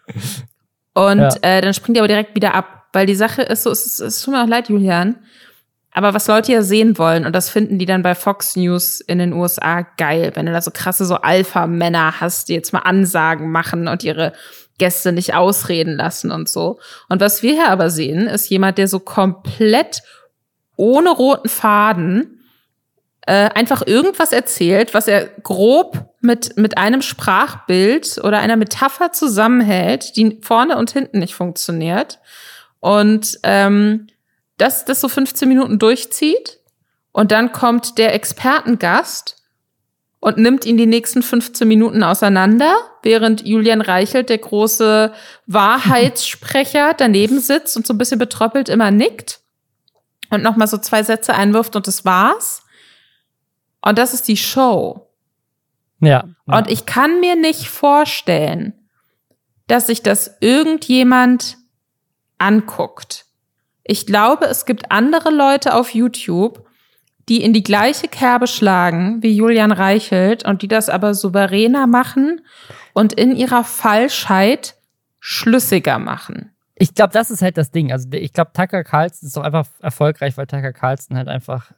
[SPEAKER 2] Und dann springt er aber direkt wieder ab, weil die Sache ist so, es tut mir auch leid, Julian, aber was Leute ja sehen wollen, und das finden die dann bei Fox News in den USA geil, wenn du da so krasse so Alpha-Männer hast, die jetzt mal Ansagen machen und ihre Gäste nicht ausreden lassen und so. Und was wir hier aber sehen, ist jemand, der so komplett ohne roten Faden einfach irgendwas erzählt, was er grob mit einem Sprachbild oder einer Metapher zusammenhält, die vorne und hinten nicht funktioniert. Und das so 15 Minuten durchzieht. Und dann kommt der Expertengast und nimmt ihn die nächsten 15 Minuten auseinander, während Julian Reichelt, der große Wahrheitssprecher, daneben sitzt und so ein bisschen betröppelt immer nickt und nochmal so 2 Sätze einwirft und das war's. Und das ist die Show.
[SPEAKER 1] Ja.
[SPEAKER 2] Und ich kann mir nicht vorstellen, dass sich das irgendjemand anguckt. Ich glaube, es gibt andere Leute auf YouTube, die in die gleiche Kerbe schlagen wie Julian Reichelt und die das aber souveräner machen und in ihrer Falschheit schlüssiger machen.
[SPEAKER 1] Ich glaube, das ist halt das Ding. Also ich glaube, Tucker Carlson ist doch einfach erfolgreich, weil Tucker Carlson halt einfach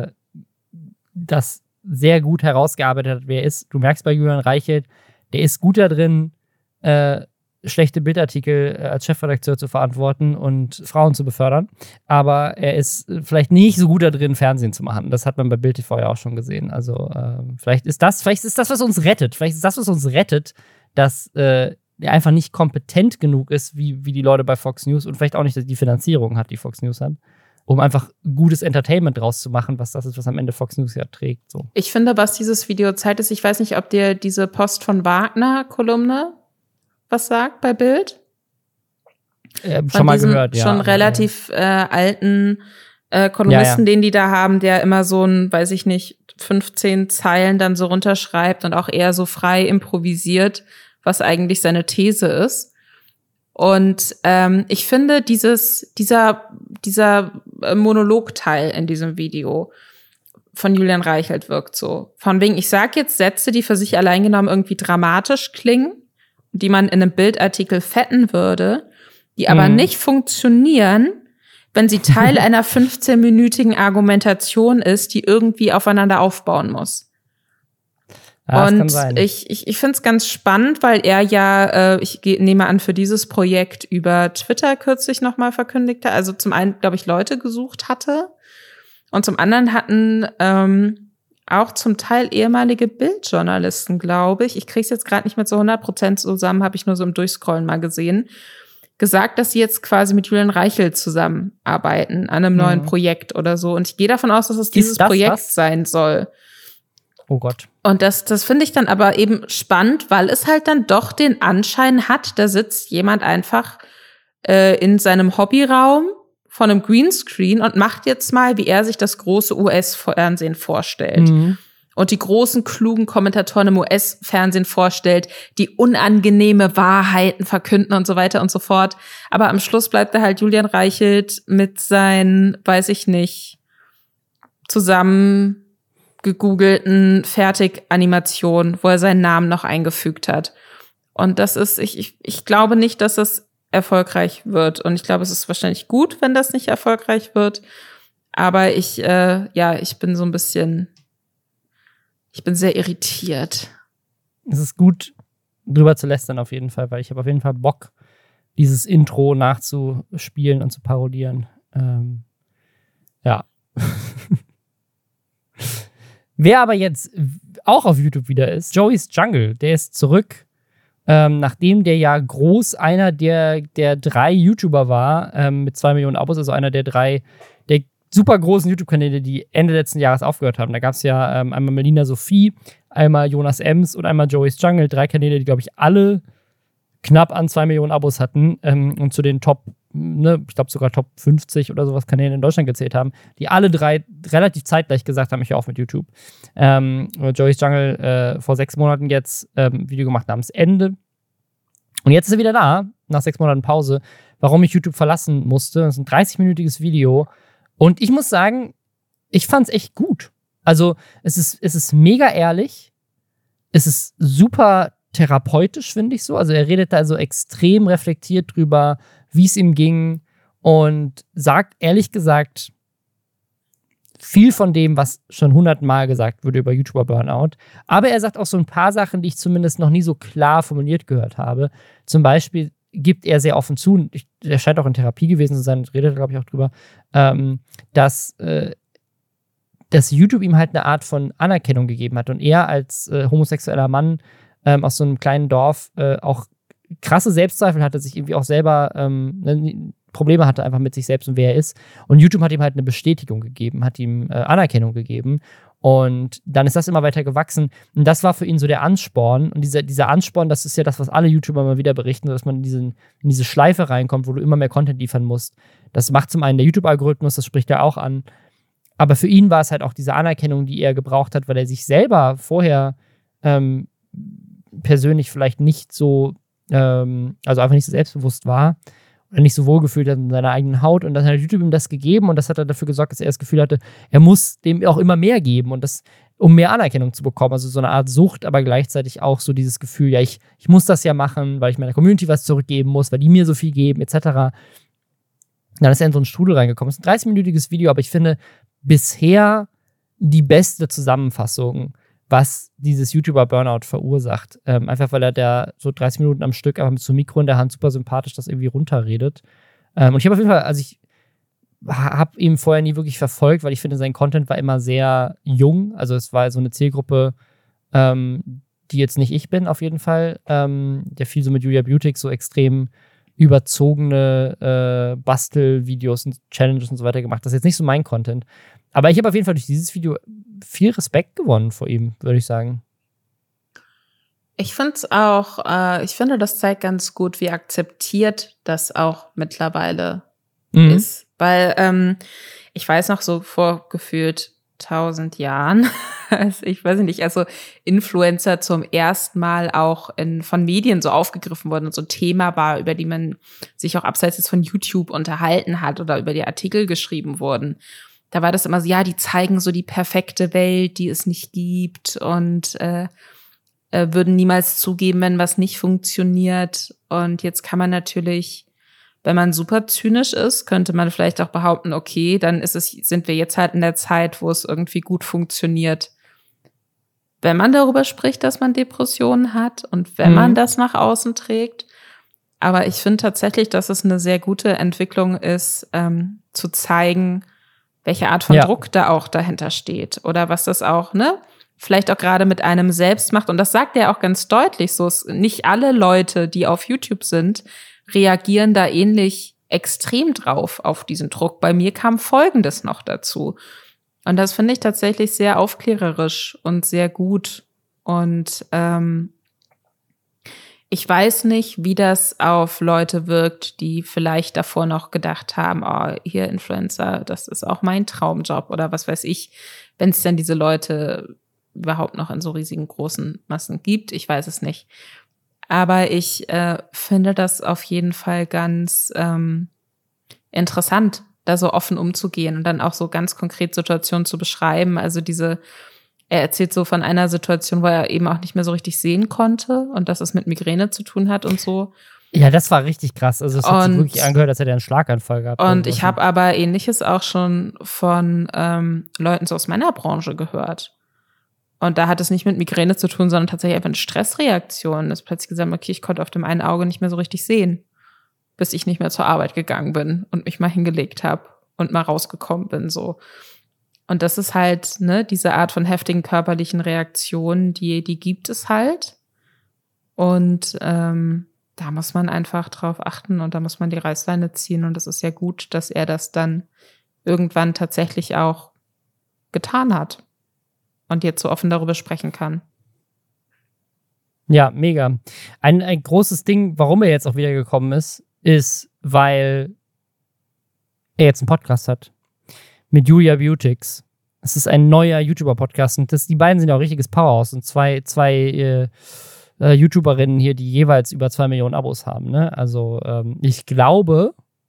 [SPEAKER 1] das sehr gut herausgearbeitet hat, wer er ist. Du merkst bei Julian Reichelt, der ist gut da drin, schlechte Bildartikel als Chefredakteur zu verantworten und Frauen zu befördern. Aber er ist vielleicht nicht so gut da drin, Fernsehen zu machen. Das hat man bei Bild TV ja auch schon gesehen. Also vielleicht ist das, was uns rettet. Vielleicht ist das, was uns rettet, dass er einfach nicht kompetent genug ist, wie die Leute bei Fox News und vielleicht auch nicht die Finanzierung hat, die Fox News hat, um einfach gutes Entertainment draus zu machen, was das ist, was am Ende Fox News ja trägt. So.
[SPEAKER 2] Ich finde, was dieses Video zeigt, ist, ich weiß nicht, ob dir diese Post von Wagner-Kolumne was sagt bei Bild?
[SPEAKER 1] Schon mal gehört, ja.
[SPEAKER 2] Schon relativ alten Kolumnisten, den die da haben, der immer so ein, weiß ich nicht, 15 Zeilen dann so runterschreibt und auch eher so frei improvisiert, was eigentlich seine These ist. Und ich finde, dieser Monologteil in diesem Video von Julian Reichelt wirkt so. Von wegen, ich sag jetzt Sätze, die für sich allein genommen irgendwie dramatisch klingen, die man in einem Bildartikel fetten würde, die aber nicht funktionieren, wenn sie Teil einer 15-minütigen Argumentation ist, die irgendwie aufeinander aufbauen muss.
[SPEAKER 1] Ja,
[SPEAKER 2] und ich finde es ganz spannend, weil er ja, ich nehme an, für dieses Projekt über Twitter kürzlich nochmal verkündigt hat, also zum einen, glaube ich, Leute gesucht hatte und zum anderen hatten auch zum Teil ehemalige Bildjournalisten, glaube ich. Ich kriege es jetzt gerade nicht mehr zu 100% zusammen, habe ich nur so im Durchscrollen mal gesehen. gesagt, dass sie jetzt quasi mit Julian Reichelt zusammenarbeiten an einem neuen Projekt oder so. Und ich gehe davon aus, dass es dieses Projekt sein soll.
[SPEAKER 1] Oh Gott.
[SPEAKER 2] Und das finde ich dann aber eben spannend, weil es halt dann doch den Anschein hat, da sitzt jemand einfach in seinem Hobbyraum von einem Greenscreen und macht jetzt mal, wie er sich das große US-Fernsehen vorstellt. Und die großen, klugen Kommentatoren im US-Fernsehen vorstellt, die unangenehme Wahrheiten verkünden und so weiter und so fort. Aber am Schluss bleibt da halt Julian Reichelt mit seinen, weiß ich nicht, zusammen gegoogelten Fertig-Animationen, wo er seinen Namen noch eingefügt hat. Und das ist, ich glaube nicht, dass das erfolgreich wird. Und ich glaube, es ist wahrscheinlich gut, wenn das nicht erfolgreich wird. Aber ich bin so ein bisschen, ich bin sehr irritiert.
[SPEAKER 1] Es ist gut, drüber zu lästern auf jeden Fall, weil ich habe auf jeden Fall Bock, dieses Intro nachzuspielen und zu parodieren. Ja. Wer aber jetzt auch auf YouTube wieder ist, Joey's Jungle, der ist zurück, nachdem der ja groß einer der 3 YouTuber war, mit 2 Millionen Abos, also einer der 3 der super großen YouTube-Kanäle, die Ende letzten Jahres aufgehört haben. Da gab es ja einmal Melina Sophie, einmal Jonas Ems und einmal Joey's Jungle. 3 Kanäle, die, glaube ich, alle knapp an 2 Millionen Abos hatten und zu den Top, ich glaube sogar Top 50 oder sowas Kanälen in Deutschland gezählt haben, die alle 3 relativ zeitgleich gesagt haben, ich höre auf mit YouTube. Joey's Jungle vor 6 Monaten jetzt Video gemacht namens Ende. Und jetzt ist er wieder da, nach 6 Monaten Pause, warum ich YouTube verlassen musste. Das ist ein 30-minütiges Video. Und ich muss sagen, ich fand's echt gut. Also, es ist mega ehrlich. Es ist super therapeutisch, finde ich so. Also, er redet da so extrem reflektiert drüber, wie es ihm ging und sagt, ehrlich gesagt, viel von dem, was schon 100-mal gesagt wurde über YouTuber-Burnout. Aber er sagt auch so ein paar Sachen, die ich zumindest noch nie so klar formuliert gehört habe. Zum Beispiel gibt er sehr offen zu, er scheint auch in Therapie gewesen zu sein, redet, glaube ich, auch drüber, dass YouTube ihm halt eine Art von Anerkennung gegeben hat und er als homosexueller Mann aus so einem kleinen Dorf auch krasse Selbstzweifel hatte, sich irgendwie auch selber Probleme hatte einfach mit sich selbst und wer er ist. Und YouTube hat ihm halt eine Bestätigung gegeben, hat ihm Anerkennung gegeben. Und dann ist das immer weiter gewachsen. Und das war für ihn so der Ansporn. Und dieser Ansporn, das ist ja das, was alle YouTuber mal wieder berichten, dass man in diese Schleife reinkommt, wo du immer mehr Content liefern musst. Das macht zum einen der YouTube-Algorithmus, das spricht er auch an. Aber für ihn war es halt auch diese Anerkennung, die er gebraucht hat, weil er sich selber vorher persönlich vielleicht nicht so, also einfach nicht so selbstbewusst war oder nicht so wohlgefühlt hat in seiner eigenen Haut. Und dann hat YouTube ihm das gegeben und das hat dafür gesorgt, dass er das Gefühl hatte, er muss dem auch immer mehr geben und das, um mehr Anerkennung zu bekommen. Also so eine Art Sucht, aber gleichzeitig auch so dieses Gefühl, ja, ich muss das ja machen, weil ich meiner Community was zurückgeben muss, weil die mir so viel geben, etc. Dann ist er in so einen Strudel reingekommen. Es ist ein 30-minütiges Video, aber ich finde bisher die beste Zusammenfassung, was dieses YouTuber-Burnout verursacht. Einfach, weil er da so 30 Minuten am Stück einfach mit so einem Mikro in der Hand super sympathisch das irgendwie runterredet. Und ich habe auf jeden Fall, also ich habe ihn vorher nie wirklich verfolgt, weil ich finde, sein Content war immer sehr jung. Also es war so eine Zielgruppe, die jetzt nicht ich bin, auf jeden Fall. Der viel so mit Julia Beautix so extrem überzogene Bastelvideos und Challenges und so weiter gemacht. Das ist jetzt nicht so mein Content. Aber ich habe auf jeden Fall durch dieses Video viel Respekt gewonnen vor ihm, würde ich sagen.
[SPEAKER 2] Ich finde es auch, ich finde, das zeigt ganz gut, wie akzeptiert das auch mittlerweile ist. Weil ich weiß noch so vor gefühlt 1000 Jahren, also ich weiß nicht, also Influencer zum ersten Mal auch von Medien so aufgegriffen wurden und so ein Thema war, über die man sich auch abseits jetzt von YouTube unterhalten hat oder über die Artikel geschrieben wurden. Da war das immer so, ja, die zeigen so die perfekte Welt, die es nicht gibt und würden niemals zugeben, wenn was nicht funktioniert. Und jetzt kann man natürlich, wenn man super zynisch ist, könnte man vielleicht auch behaupten, okay, dann sind wir jetzt halt in der Zeit, wo es irgendwie gut funktioniert. Wenn man darüber spricht, dass man Depressionen hat und wenn man das nach außen trägt. Aber ich finde tatsächlich, dass es eine sehr gute Entwicklung ist, zu zeigen, welche Art von Druck da auch dahinter steht oder was das auch, vielleicht auch gerade mit einem selbst macht. Und das sagt er auch ganz deutlich so. Nicht alle Leute, die auf YouTube sind, reagieren da ähnlich extrem drauf auf diesen Druck. Bei mir kam Folgendes noch dazu. Und das finde ich tatsächlich sehr aufklärerisch und sehr gut. Und ich weiß nicht, wie das auf Leute wirkt, die vielleicht davor noch gedacht haben, oh, hier Influencer, das ist auch mein Traumjob oder was weiß ich, wenn es denn diese Leute überhaupt noch in so riesigen großen Massen gibt. Ich weiß es nicht. Aber ich finde das auf jeden Fall ganz interessant, da so offen umzugehen und dann auch so ganz konkret Situationen zu beschreiben. Also er erzählt so von einer Situation, wo er eben auch nicht mehr so richtig sehen konnte und dass es mit Migräne zu tun hat und so.
[SPEAKER 1] Ja, das war richtig krass. Also es hat sich wirklich angehört, als hätte er einen Schlaganfall gehabt.
[SPEAKER 2] Und ich habe aber Ähnliches auch schon von Leuten so aus meiner Branche gehört. Und da hat es nicht mit Migräne zu tun, sondern tatsächlich einfach eine Stressreaktion. Das plötzlich gesagt, okay, ich konnte auf dem einen Auge nicht mehr so richtig sehen, bis ich nicht mehr zur Arbeit gegangen bin und mich mal hingelegt habe und mal rausgekommen bin, so. Und das ist halt, ne, diese Art von heftigen körperlichen Reaktionen, die gibt es halt. Und da muss man einfach drauf achten und da muss man die Reißleine ziehen. Und das ist ja gut, dass er das dann irgendwann tatsächlich auch getan hat und jetzt so offen darüber sprechen kann.
[SPEAKER 1] Ja, mega. Ein großes Ding, warum er jetzt auch wieder gekommen ist, weil er jetzt einen Podcast hat. Mit Julia Beautix. Es ist ein neuer YouTuber-Podcast und die beiden sind ja auch richtiges Powerhouse und zwei YouTuberinnen hier, die jeweils über 2 Millionen Abos haben. Ne? Also ich glaube,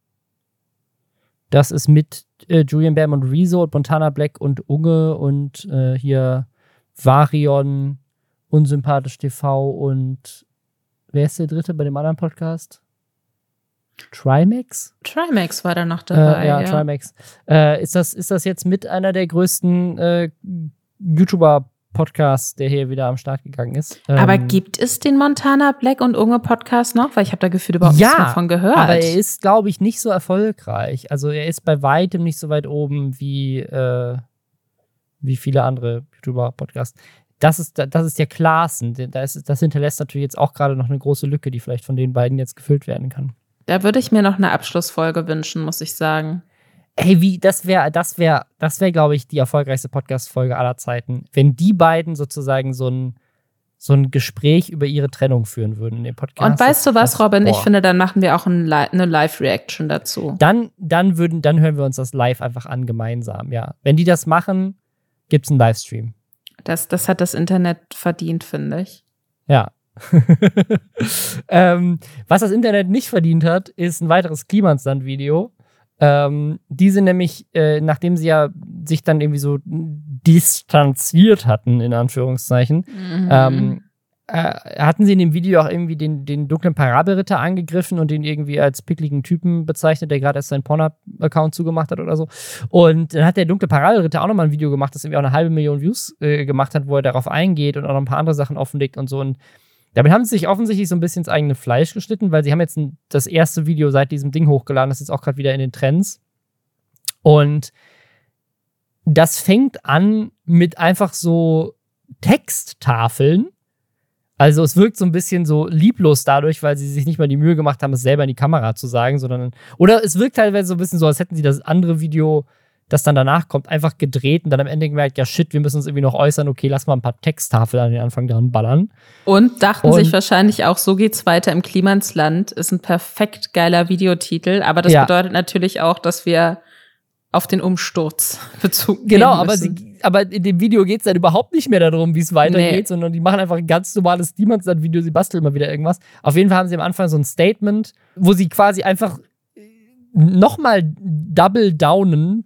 [SPEAKER 1] dass es mit Julian Bam und Rezo und Montana Black und Unge und hier Varion, Unsympathisch TV und wer ist der dritte bei dem anderen Podcast? Trimax?
[SPEAKER 2] Trimax war da noch dabei.
[SPEAKER 1] Ja, Trimax. Ist das jetzt mit einer der größten YouTuber-Podcasts, der hier wieder am Start gegangen ist?
[SPEAKER 2] Aber gibt es den Montana Black und Unge Podcast noch? Weil ich habe da gefühlt überhaupt nichts davon gehört.
[SPEAKER 1] Aber er ist, glaube ich, nicht so erfolgreich. Also er ist bei weitem nicht so weit oben wie viele andere YouTuber-Podcasts. Das ist der Klaassen. Das hinterlässt natürlich jetzt auch gerade noch eine große Lücke, die vielleicht von den beiden jetzt gefüllt werden kann.
[SPEAKER 2] Da würde ich mir noch eine Abschlussfolge wünschen, muss ich sagen.
[SPEAKER 1] Hey, das wäre, glaube ich, die erfolgreichste Podcast-Folge aller Zeiten, wenn die beiden sozusagen so ein Gespräch über ihre Trennung führen würden in dem Podcast.
[SPEAKER 2] Und weißt du was, Robin? Ich finde, dann machen wir auch eine Live-Reaction dazu.
[SPEAKER 1] Dann hören wir uns das live einfach an, gemeinsam, ja. Wenn die das machen, gibt's einen Livestream.
[SPEAKER 2] Das hat das Internet verdient, finde ich.
[SPEAKER 1] Ja. Was das Internet nicht verdient hat, ist ein weiteres Klimansland-Video. Die sind nämlich, nachdem sie ja sich dann irgendwie so distanziert hatten, in Anführungszeichen, hatten sie in dem Video auch irgendwie den dunklen Parabelritter angegriffen und den irgendwie als pickligen Typen bezeichnet, der gerade erst seinen Pornhub-Account zugemacht hat oder so. Und dann hat der dunkle Parabelritter auch nochmal ein Video gemacht, das irgendwie auch 500.000 Views gemacht hat, wo er darauf eingeht und auch noch ein paar andere Sachen offenlegt und so. Und damit haben sie sich offensichtlich so ein bisschen ins eigene Fleisch geschnitten, weil sie haben jetzt das erste Video seit diesem Ding hochgeladen, das ist jetzt auch gerade wieder in den Trends. Und das fängt an mit einfach so Texttafeln. Also es wirkt so ein bisschen so lieblos dadurch, weil sie sich nicht mal die Mühe gemacht haben, es selber in die Kamera zu sagen, oder es wirkt teilweise so ein bisschen so, als hätten sie das andere Video, das dann danach kommt, einfach gedreht und dann am Ende gemerkt, ja shit, wir müssen uns irgendwie noch äußern, okay, lass mal ein paar Texttafeln an den Anfang dran ballern.
[SPEAKER 2] Und dachten sich wahrscheinlich auch, so geht's weiter im Klimansland, ist ein perfekt geiler Videotitel, aber das bedeutet natürlich auch, dass wir auf den Umsturz Bezug nehmen müssen.
[SPEAKER 1] Aber in dem Video geht es dann überhaupt nicht mehr darum, wie es weitergeht, sondern die machen einfach ein ganz normales Klimansland-Video, sie basteln immer wieder irgendwas. Auf jeden Fall haben sie am Anfang so ein Statement, wo sie quasi einfach nochmal doublen.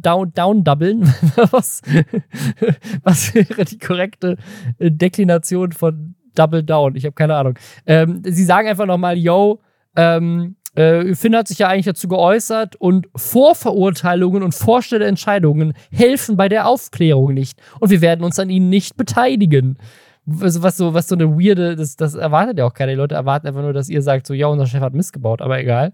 [SPEAKER 1] Was wäre die korrekte Deklination von Double Down? Ich habe keine Ahnung. Sie sagen einfach nochmal, yo, Finn hat sich ja eigentlich dazu geäußert und Vorverurteilungen und Vorstellentscheidungen helfen bei der Aufklärung nicht. Und wir werden uns an ihnen nicht beteiligen. Also was so eine weirde, das erwartet ja auch keiner. Die Leute erwarten einfach nur, dass ihr sagt, so, ja, unser Chef hat Mist gebaut, aber egal.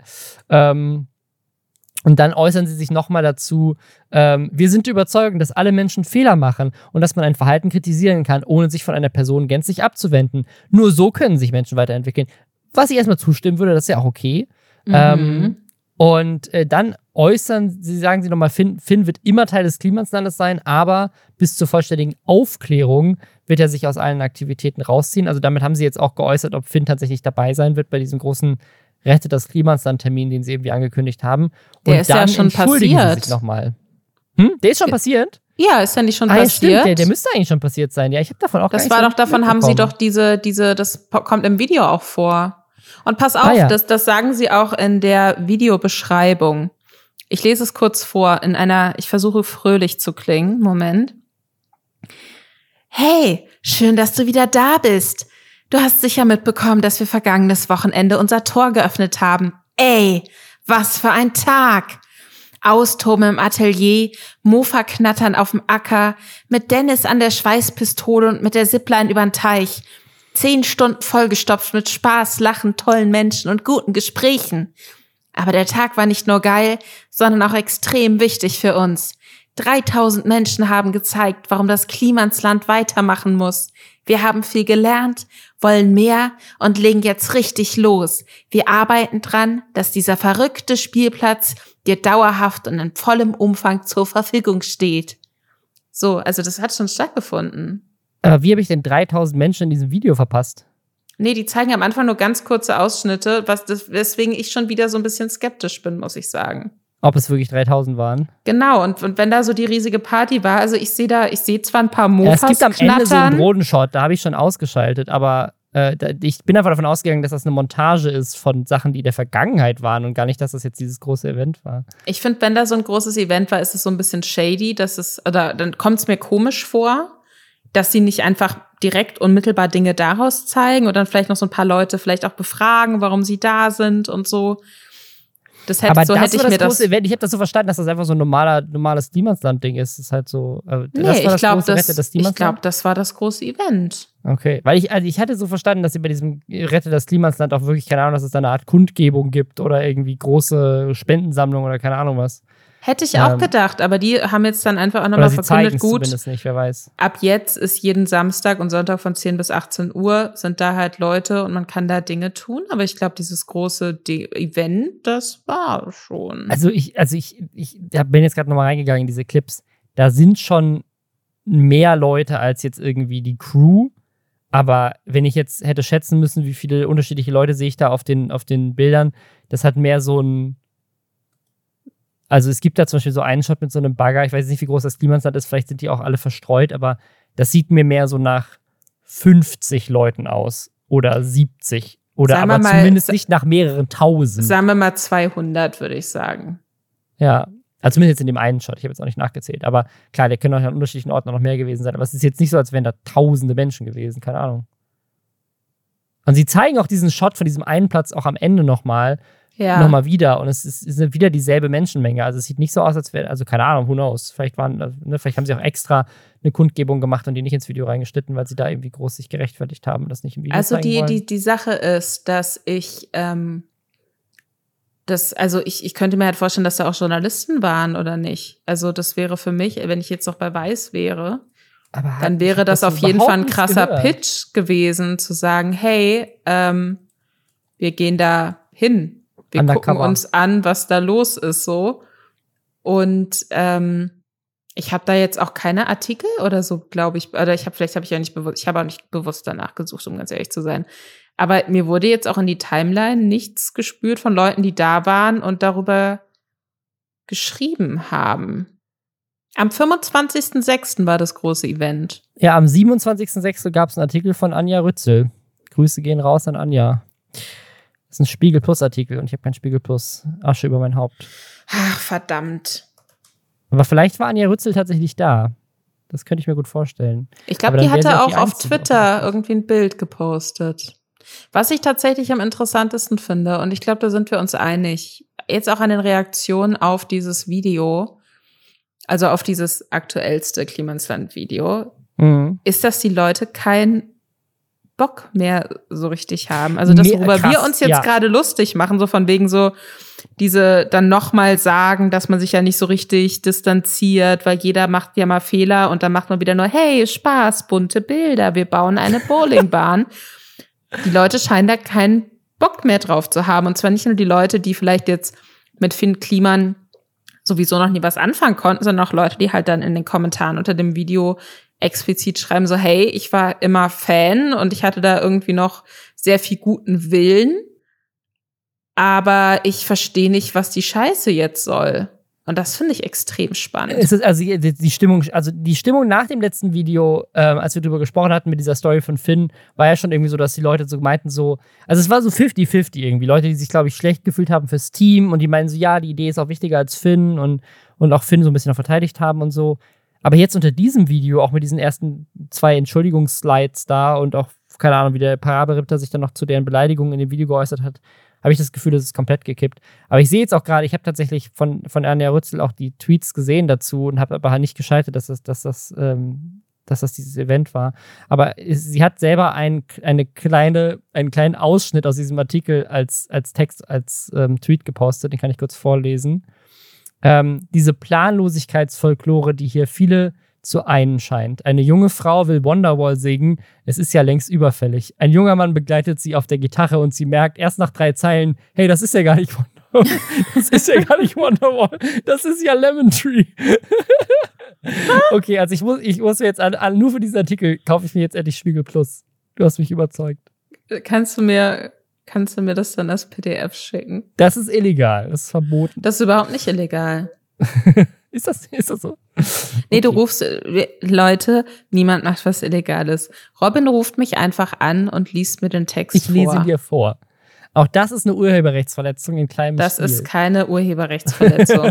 [SPEAKER 1] Und dann äußern sie sich nochmal dazu, wir sind der Überzeugung, dass alle Menschen Fehler machen und dass man ein Verhalten kritisieren kann, ohne sich von einer Person gänzlich abzuwenden. Nur so können sich Menschen weiterentwickeln. Was ich erstmal zustimmen würde, das ist ja auch okay. Und dann sagen sie nochmal, Finn wird immer Teil des Klimaslandes sein, aber bis zur vollständigen Aufklärung wird er sich aus allen Aktivitäten rausziehen. Also damit haben sie jetzt auch geäußert, ob Finn tatsächlich dabei sein wird bei diesem großen Rettet das Klimasland-Termin, den sie irgendwie angekündigt haben. Und
[SPEAKER 2] der ist
[SPEAKER 1] dann
[SPEAKER 2] ja schon
[SPEAKER 1] entschuldigen
[SPEAKER 2] passiert.
[SPEAKER 1] Sie sich nochmal. Der ist schon passiert?
[SPEAKER 2] Ja, ist ja nicht schon passiert?
[SPEAKER 1] Ja, stimmt, der müsste eigentlich schon passiert sein. Ja, ich habe davon auch gar nicht
[SPEAKER 2] Das war doch, davon haben sie doch das kommt im Video auch vor. Und pass auf, das sagen sie auch in der Videobeschreibung. Ich lese es kurz vor, ich versuche fröhlich zu klingen. Moment. Hey, schön, dass du wieder da bist. Du hast sicher mitbekommen, dass wir vergangenes Wochenende unser Tor geöffnet haben. Ey, was für ein Tag! Austoben im Atelier, Mofa knattern auf dem Acker, mit Dennis an der Schweißpistole und mit der Zipline übern Teich. 10 Stunden vollgestopft mit Spaß, Lachen, tollen Menschen und guten Gesprächen. Aber der Tag war nicht nur geil, sondern auch extrem wichtig für uns. 3000 Menschen haben gezeigt, warum das Klimasland weitermachen muss. Wir haben viel gelernt, wollen mehr und legen jetzt richtig los. Wir arbeiten dran, dass dieser verrückte Spielplatz dir dauerhaft und in vollem Umfang zur Verfügung steht. So, also das hat schon stattgefunden.
[SPEAKER 1] Aber wie habe ich denn 3000 Menschen in diesem Video verpasst?
[SPEAKER 2] Nee, die zeigen am Anfang nur ganz kurze Ausschnitte, weswegen ich schon wieder so ein bisschen skeptisch bin, muss ich sagen.
[SPEAKER 1] Ob es wirklich 3000 waren?
[SPEAKER 2] Genau, und wenn da so die riesige Party war, also ich sehe zwar ein paar Mofas
[SPEAKER 1] es gibt am
[SPEAKER 2] knattern.
[SPEAKER 1] Ende so einen Drohnenshot, da habe ich schon ausgeschaltet, aber ich bin einfach davon ausgegangen, dass das eine Montage ist von Sachen, die in der Vergangenheit waren und gar nicht, dass das jetzt dieses große Event war.
[SPEAKER 2] Ich finde, wenn da so ein großes Event war, ist es so ein bisschen shady, dann kommt es mir komisch vor, dass sie nicht einfach direkt unmittelbar Dinge daraus zeigen und dann vielleicht noch so ein paar Leute vielleicht auch befragen, warum sie da sind und so. Ich habe das so verstanden, dass das einfach so ein normales Niemandsland-Ding ist. Das ist halt so. Ich glaube, das war das große Event.
[SPEAKER 1] Okay, weil ich hatte so verstanden, dass sie bei diesem Rette das Niemandsland auch wirklich, keine Ahnung, dass es da eine Art Kundgebung gibt oder irgendwie große Spendensammlung oder keine Ahnung was.
[SPEAKER 2] Hätte ich auch gedacht, aber die haben jetzt dann einfach auch nochmal verkündet, gut,
[SPEAKER 1] zumindest nicht, wer weiß.
[SPEAKER 2] Ab jetzt ist jeden Samstag und Sonntag von 10 bis 18 Uhr sind da halt Leute und man kann da Dinge tun, aber ich glaube, dieses große Event, das war schon.
[SPEAKER 1] Also ich bin jetzt gerade nochmal reingegangen in diese Clips, da sind schon mehr Leute als jetzt irgendwie die Crew, aber wenn ich jetzt hätte schätzen müssen, wie viele unterschiedliche Leute sehe ich da auf den Bildern, das hat mehr so ein. Also es gibt da zum Beispiel so einen Shot mit so einem Bagger, ich weiß nicht, wie groß das Klimasland ist, vielleicht sind die auch alle verstreut, aber das sieht mir mehr so nach 50 Leuten aus oder 70 oder aber zumindest nicht nach mehreren Tausend.
[SPEAKER 2] Sagen wir mal 200, würde ich sagen.
[SPEAKER 1] Ja, also zumindest jetzt in dem einen Shot, ich habe jetzt auch nicht nachgezählt, aber klar, der können auch an unterschiedlichen Orten noch mehr gewesen sein, aber es ist jetzt nicht so, als wären da tausende Menschen gewesen, keine Ahnung. Und sie zeigen auch diesen Shot von diesem einen Platz auch am Ende nochmal wieder und es ist wieder dieselbe Menschenmenge. Also es sieht nicht so aus, als wäre, also keine Ahnung, who knows. Vielleicht haben sie auch extra eine Kundgebung gemacht und die nicht ins Video reingeschnitten, weil sie da irgendwie groß sich gerechtfertigt haben und das nicht im Video zeigen wollen.
[SPEAKER 2] Also die Sache ist, dass ich könnte mir halt vorstellen, dass da auch Journalisten waren oder nicht. Also das wäre für mich, wenn ich jetzt noch bei Weiß wäre, dann wäre das auf jeden Fall ein krasser Pitch gewesen, zu sagen, hey, wir gehen da hin. Wir gucken uns an, was da los ist, so. Und ich habe da jetzt auch keine Artikel oder so, glaube ich. Oder ich habe auch nicht bewusst danach gesucht, um ganz ehrlich zu sein. Aber mir wurde jetzt auch in die Timeline nichts gespürt von Leuten, die da waren und darüber geschrieben haben. Am 25.06. war das große Event.
[SPEAKER 1] Ja, am 27.06. gab es einen Artikel von Anja Rützel. Grüße gehen raus an Anja. Das ist ein Spiegel Plus Artikel und ich habe kein Spiegel Plus. Asche über mein Haupt.
[SPEAKER 2] Ach, verdammt.
[SPEAKER 1] Aber vielleicht war Anja Rützel tatsächlich da. Das könnte ich mir gut vorstellen.
[SPEAKER 2] Ich glaube, die hatte auch auf Twitter irgendwie ein Bild gepostet. Was ich tatsächlich am interessantesten finde, und ich glaube, da sind wir uns einig, jetzt auch an den Reaktionen auf dieses Video, also auf dieses aktuellste Klimasland-Video, ist, dass die Leute keinen Bock mehr so richtig haben. Also das, worüber wir uns jetzt gerade lustig machen, so von wegen so diese dann nochmal sagen, dass man sich ja nicht so richtig distanziert, weil jeder macht ja mal Fehler und dann macht man wieder nur, hey, Spaß, bunte Bilder, wir bauen eine Bowlingbahn. Die Leute scheinen da keinen Bock mehr drauf zu haben. Und zwar nicht nur die Leute, die vielleicht jetzt mit Finn Kliman sowieso noch nie was anfangen konnten, sondern auch Leute, die halt dann in den Kommentaren unter dem Video explizit schreiben so, hey, ich war immer Fan und ich hatte da irgendwie noch sehr viel guten Willen, aber ich verstehe nicht, was die Scheiße jetzt soll. Und das finde ich extrem spannend.
[SPEAKER 1] Es ist also die Stimmung nach dem letzten Video, als wir darüber gesprochen hatten mit dieser Story von Finn, war ja schon irgendwie so, dass die Leute so meinten so, also es war so 50-50 irgendwie. Leute, die sich, glaube ich, schlecht gefühlt haben fürs Team und die meinen so, ja, die Idee ist auch wichtiger als Finn und auch Finn so ein bisschen noch verteidigt haben und so. Aber jetzt unter diesem Video, auch mit diesen ersten 2 Entschuldigungsslides da und auch, keine Ahnung, wie der Paraberitter sich dann noch zu deren Beleidigungen in dem Video geäußert hat, habe ich das Gefühl, das ist komplett gekippt. Aber ich sehe jetzt auch gerade, ich habe tatsächlich von Anja Rützel auch die Tweets gesehen dazu und habe aber halt nicht geschaltet, dass das dieses Event war. Aber sie hat selber einen kleinen Ausschnitt aus diesem Artikel als Text, als Tweet gepostet, den kann ich kurz vorlesen. Diese Planlosigkeitsfolklore, die hier viele zu einen scheint. Eine junge Frau will Wonderwall singen, es ist ja längst überfällig. Ein junger Mann begleitet sie auf der Gitarre und sie merkt erst nach 3 Zeilen, hey, das ist ja gar nicht Wonderwall. Das ist ja gar nicht Wonderwall. Das ist ja Lemon Tree. Okay, also ich muss mir jetzt nur für diesen Artikel kaufe ich mir jetzt endlich Spiegel Plus. Du hast mich überzeugt.
[SPEAKER 2] Kannst du mir das dann als PDF schicken?
[SPEAKER 1] Das ist illegal, das ist verboten.
[SPEAKER 2] Das ist überhaupt nicht illegal.
[SPEAKER 1] Ist das so?
[SPEAKER 2] Nee, du rufst, Leute, niemand macht was Illegales. Robin ruft mich einfach an und liest mir den Text vor.
[SPEAKER 1] Ich lese dir vor. Auch das ist eine Urheberrechtsverletzung in kleinem Stil.
[SPEAKER 2] Das ist keine Urheberrechtsverletzung.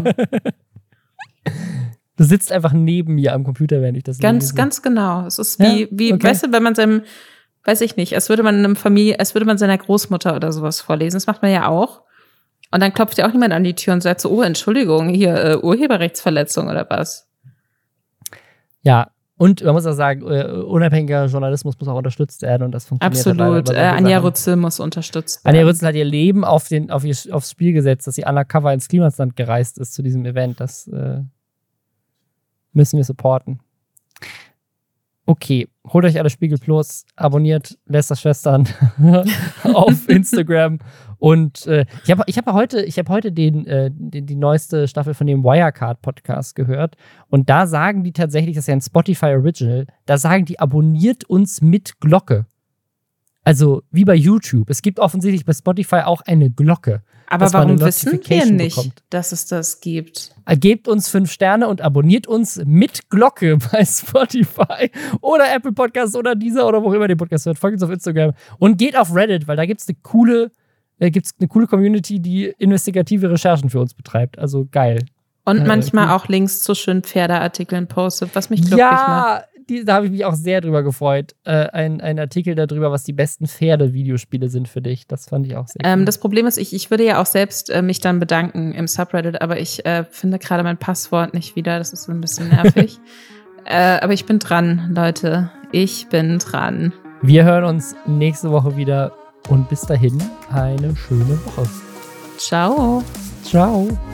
[SPEAKER 1] Du sitzt einfach neben mir am Computer, während ich das lese.
[SPEAKER 2] Ganz genau. Es ist wie okay. Weißt du, wenn man weiß ich nicht, als würde man seiner Großmutter oder sowas vorlesen. Das macht man ja auch. Und dann klopft ja auch niemand an die Tür und sagt so, oh, Entschuldigung, hier Urheberrechtsverletzung oder was?
[SPEAKER 1] Ja, und man muss auch sagen, unabhängiger Journalismus muss auch unterstützt werden und das funktioniert.
[SPEAKER 2] Absolut, Anja Rützel muss unterstützt werden.
[SPEAKER 1] Anja Rützel hat ihr Leben aufs Spiel gesetzt, dass sie undercover ins Klimasland gereist ist zu diesem Event. Das müssen wir supporten. Okay, holt euch alle Spiegel Plus, abonniert Läster Schwestern auf Instagram und ich habe heute die neueste Staffel von dem Wirecard Podcast gehört und da sagen die tatsächlich, das ist ja ein Spotify Original, da sagen die, abonniert uns mit Glocke. Also wie bei YouTube. Es gibt offensichtlich bei Spotify auch eine Glocke.
[SPEAKER 2] Aber warum wissen wir nicht, dass es das gibt?
[SPEAKER 1] Gebt uns 5 Sterne und abonniert uns mit Glocke bei Spotify oder Apple Podcasts oder Deezer oder wo immer ihr Podcast hört. Folgt uns auf Instagram und geht auf Reddit, weil da gibt's eine coole Community, die investigative Recherchen für uns betreibt. Also geil.
[SPEAKER 2] Und manchmal auch Links zu schönen Pferdeartikeln postet, was mich glücklich macht.
[SPEAKER 1] Da habe ich mich auch sehr drüber gefreut. Ein Artikel darüber, was die besten Pferde-Videospiele sind für dich. Das fand ich auch sehr cool.
[SPEAKER 2] Das Problem ist, ich würde ja auch selbst mich dann bedanken im Subreddit, aber ich finde gerade mein Passwort nicht wieder. Das ist so ein bisschen nervig. Aber ich bin dran, Leute. Ich bin dran.
[SPEAKER 1] Wir hören uns nächste Woche wieder und bis dahin eine schöne Woche.
[SPEAKER 2] Ciao.
[SPEAKER 1] Ciao.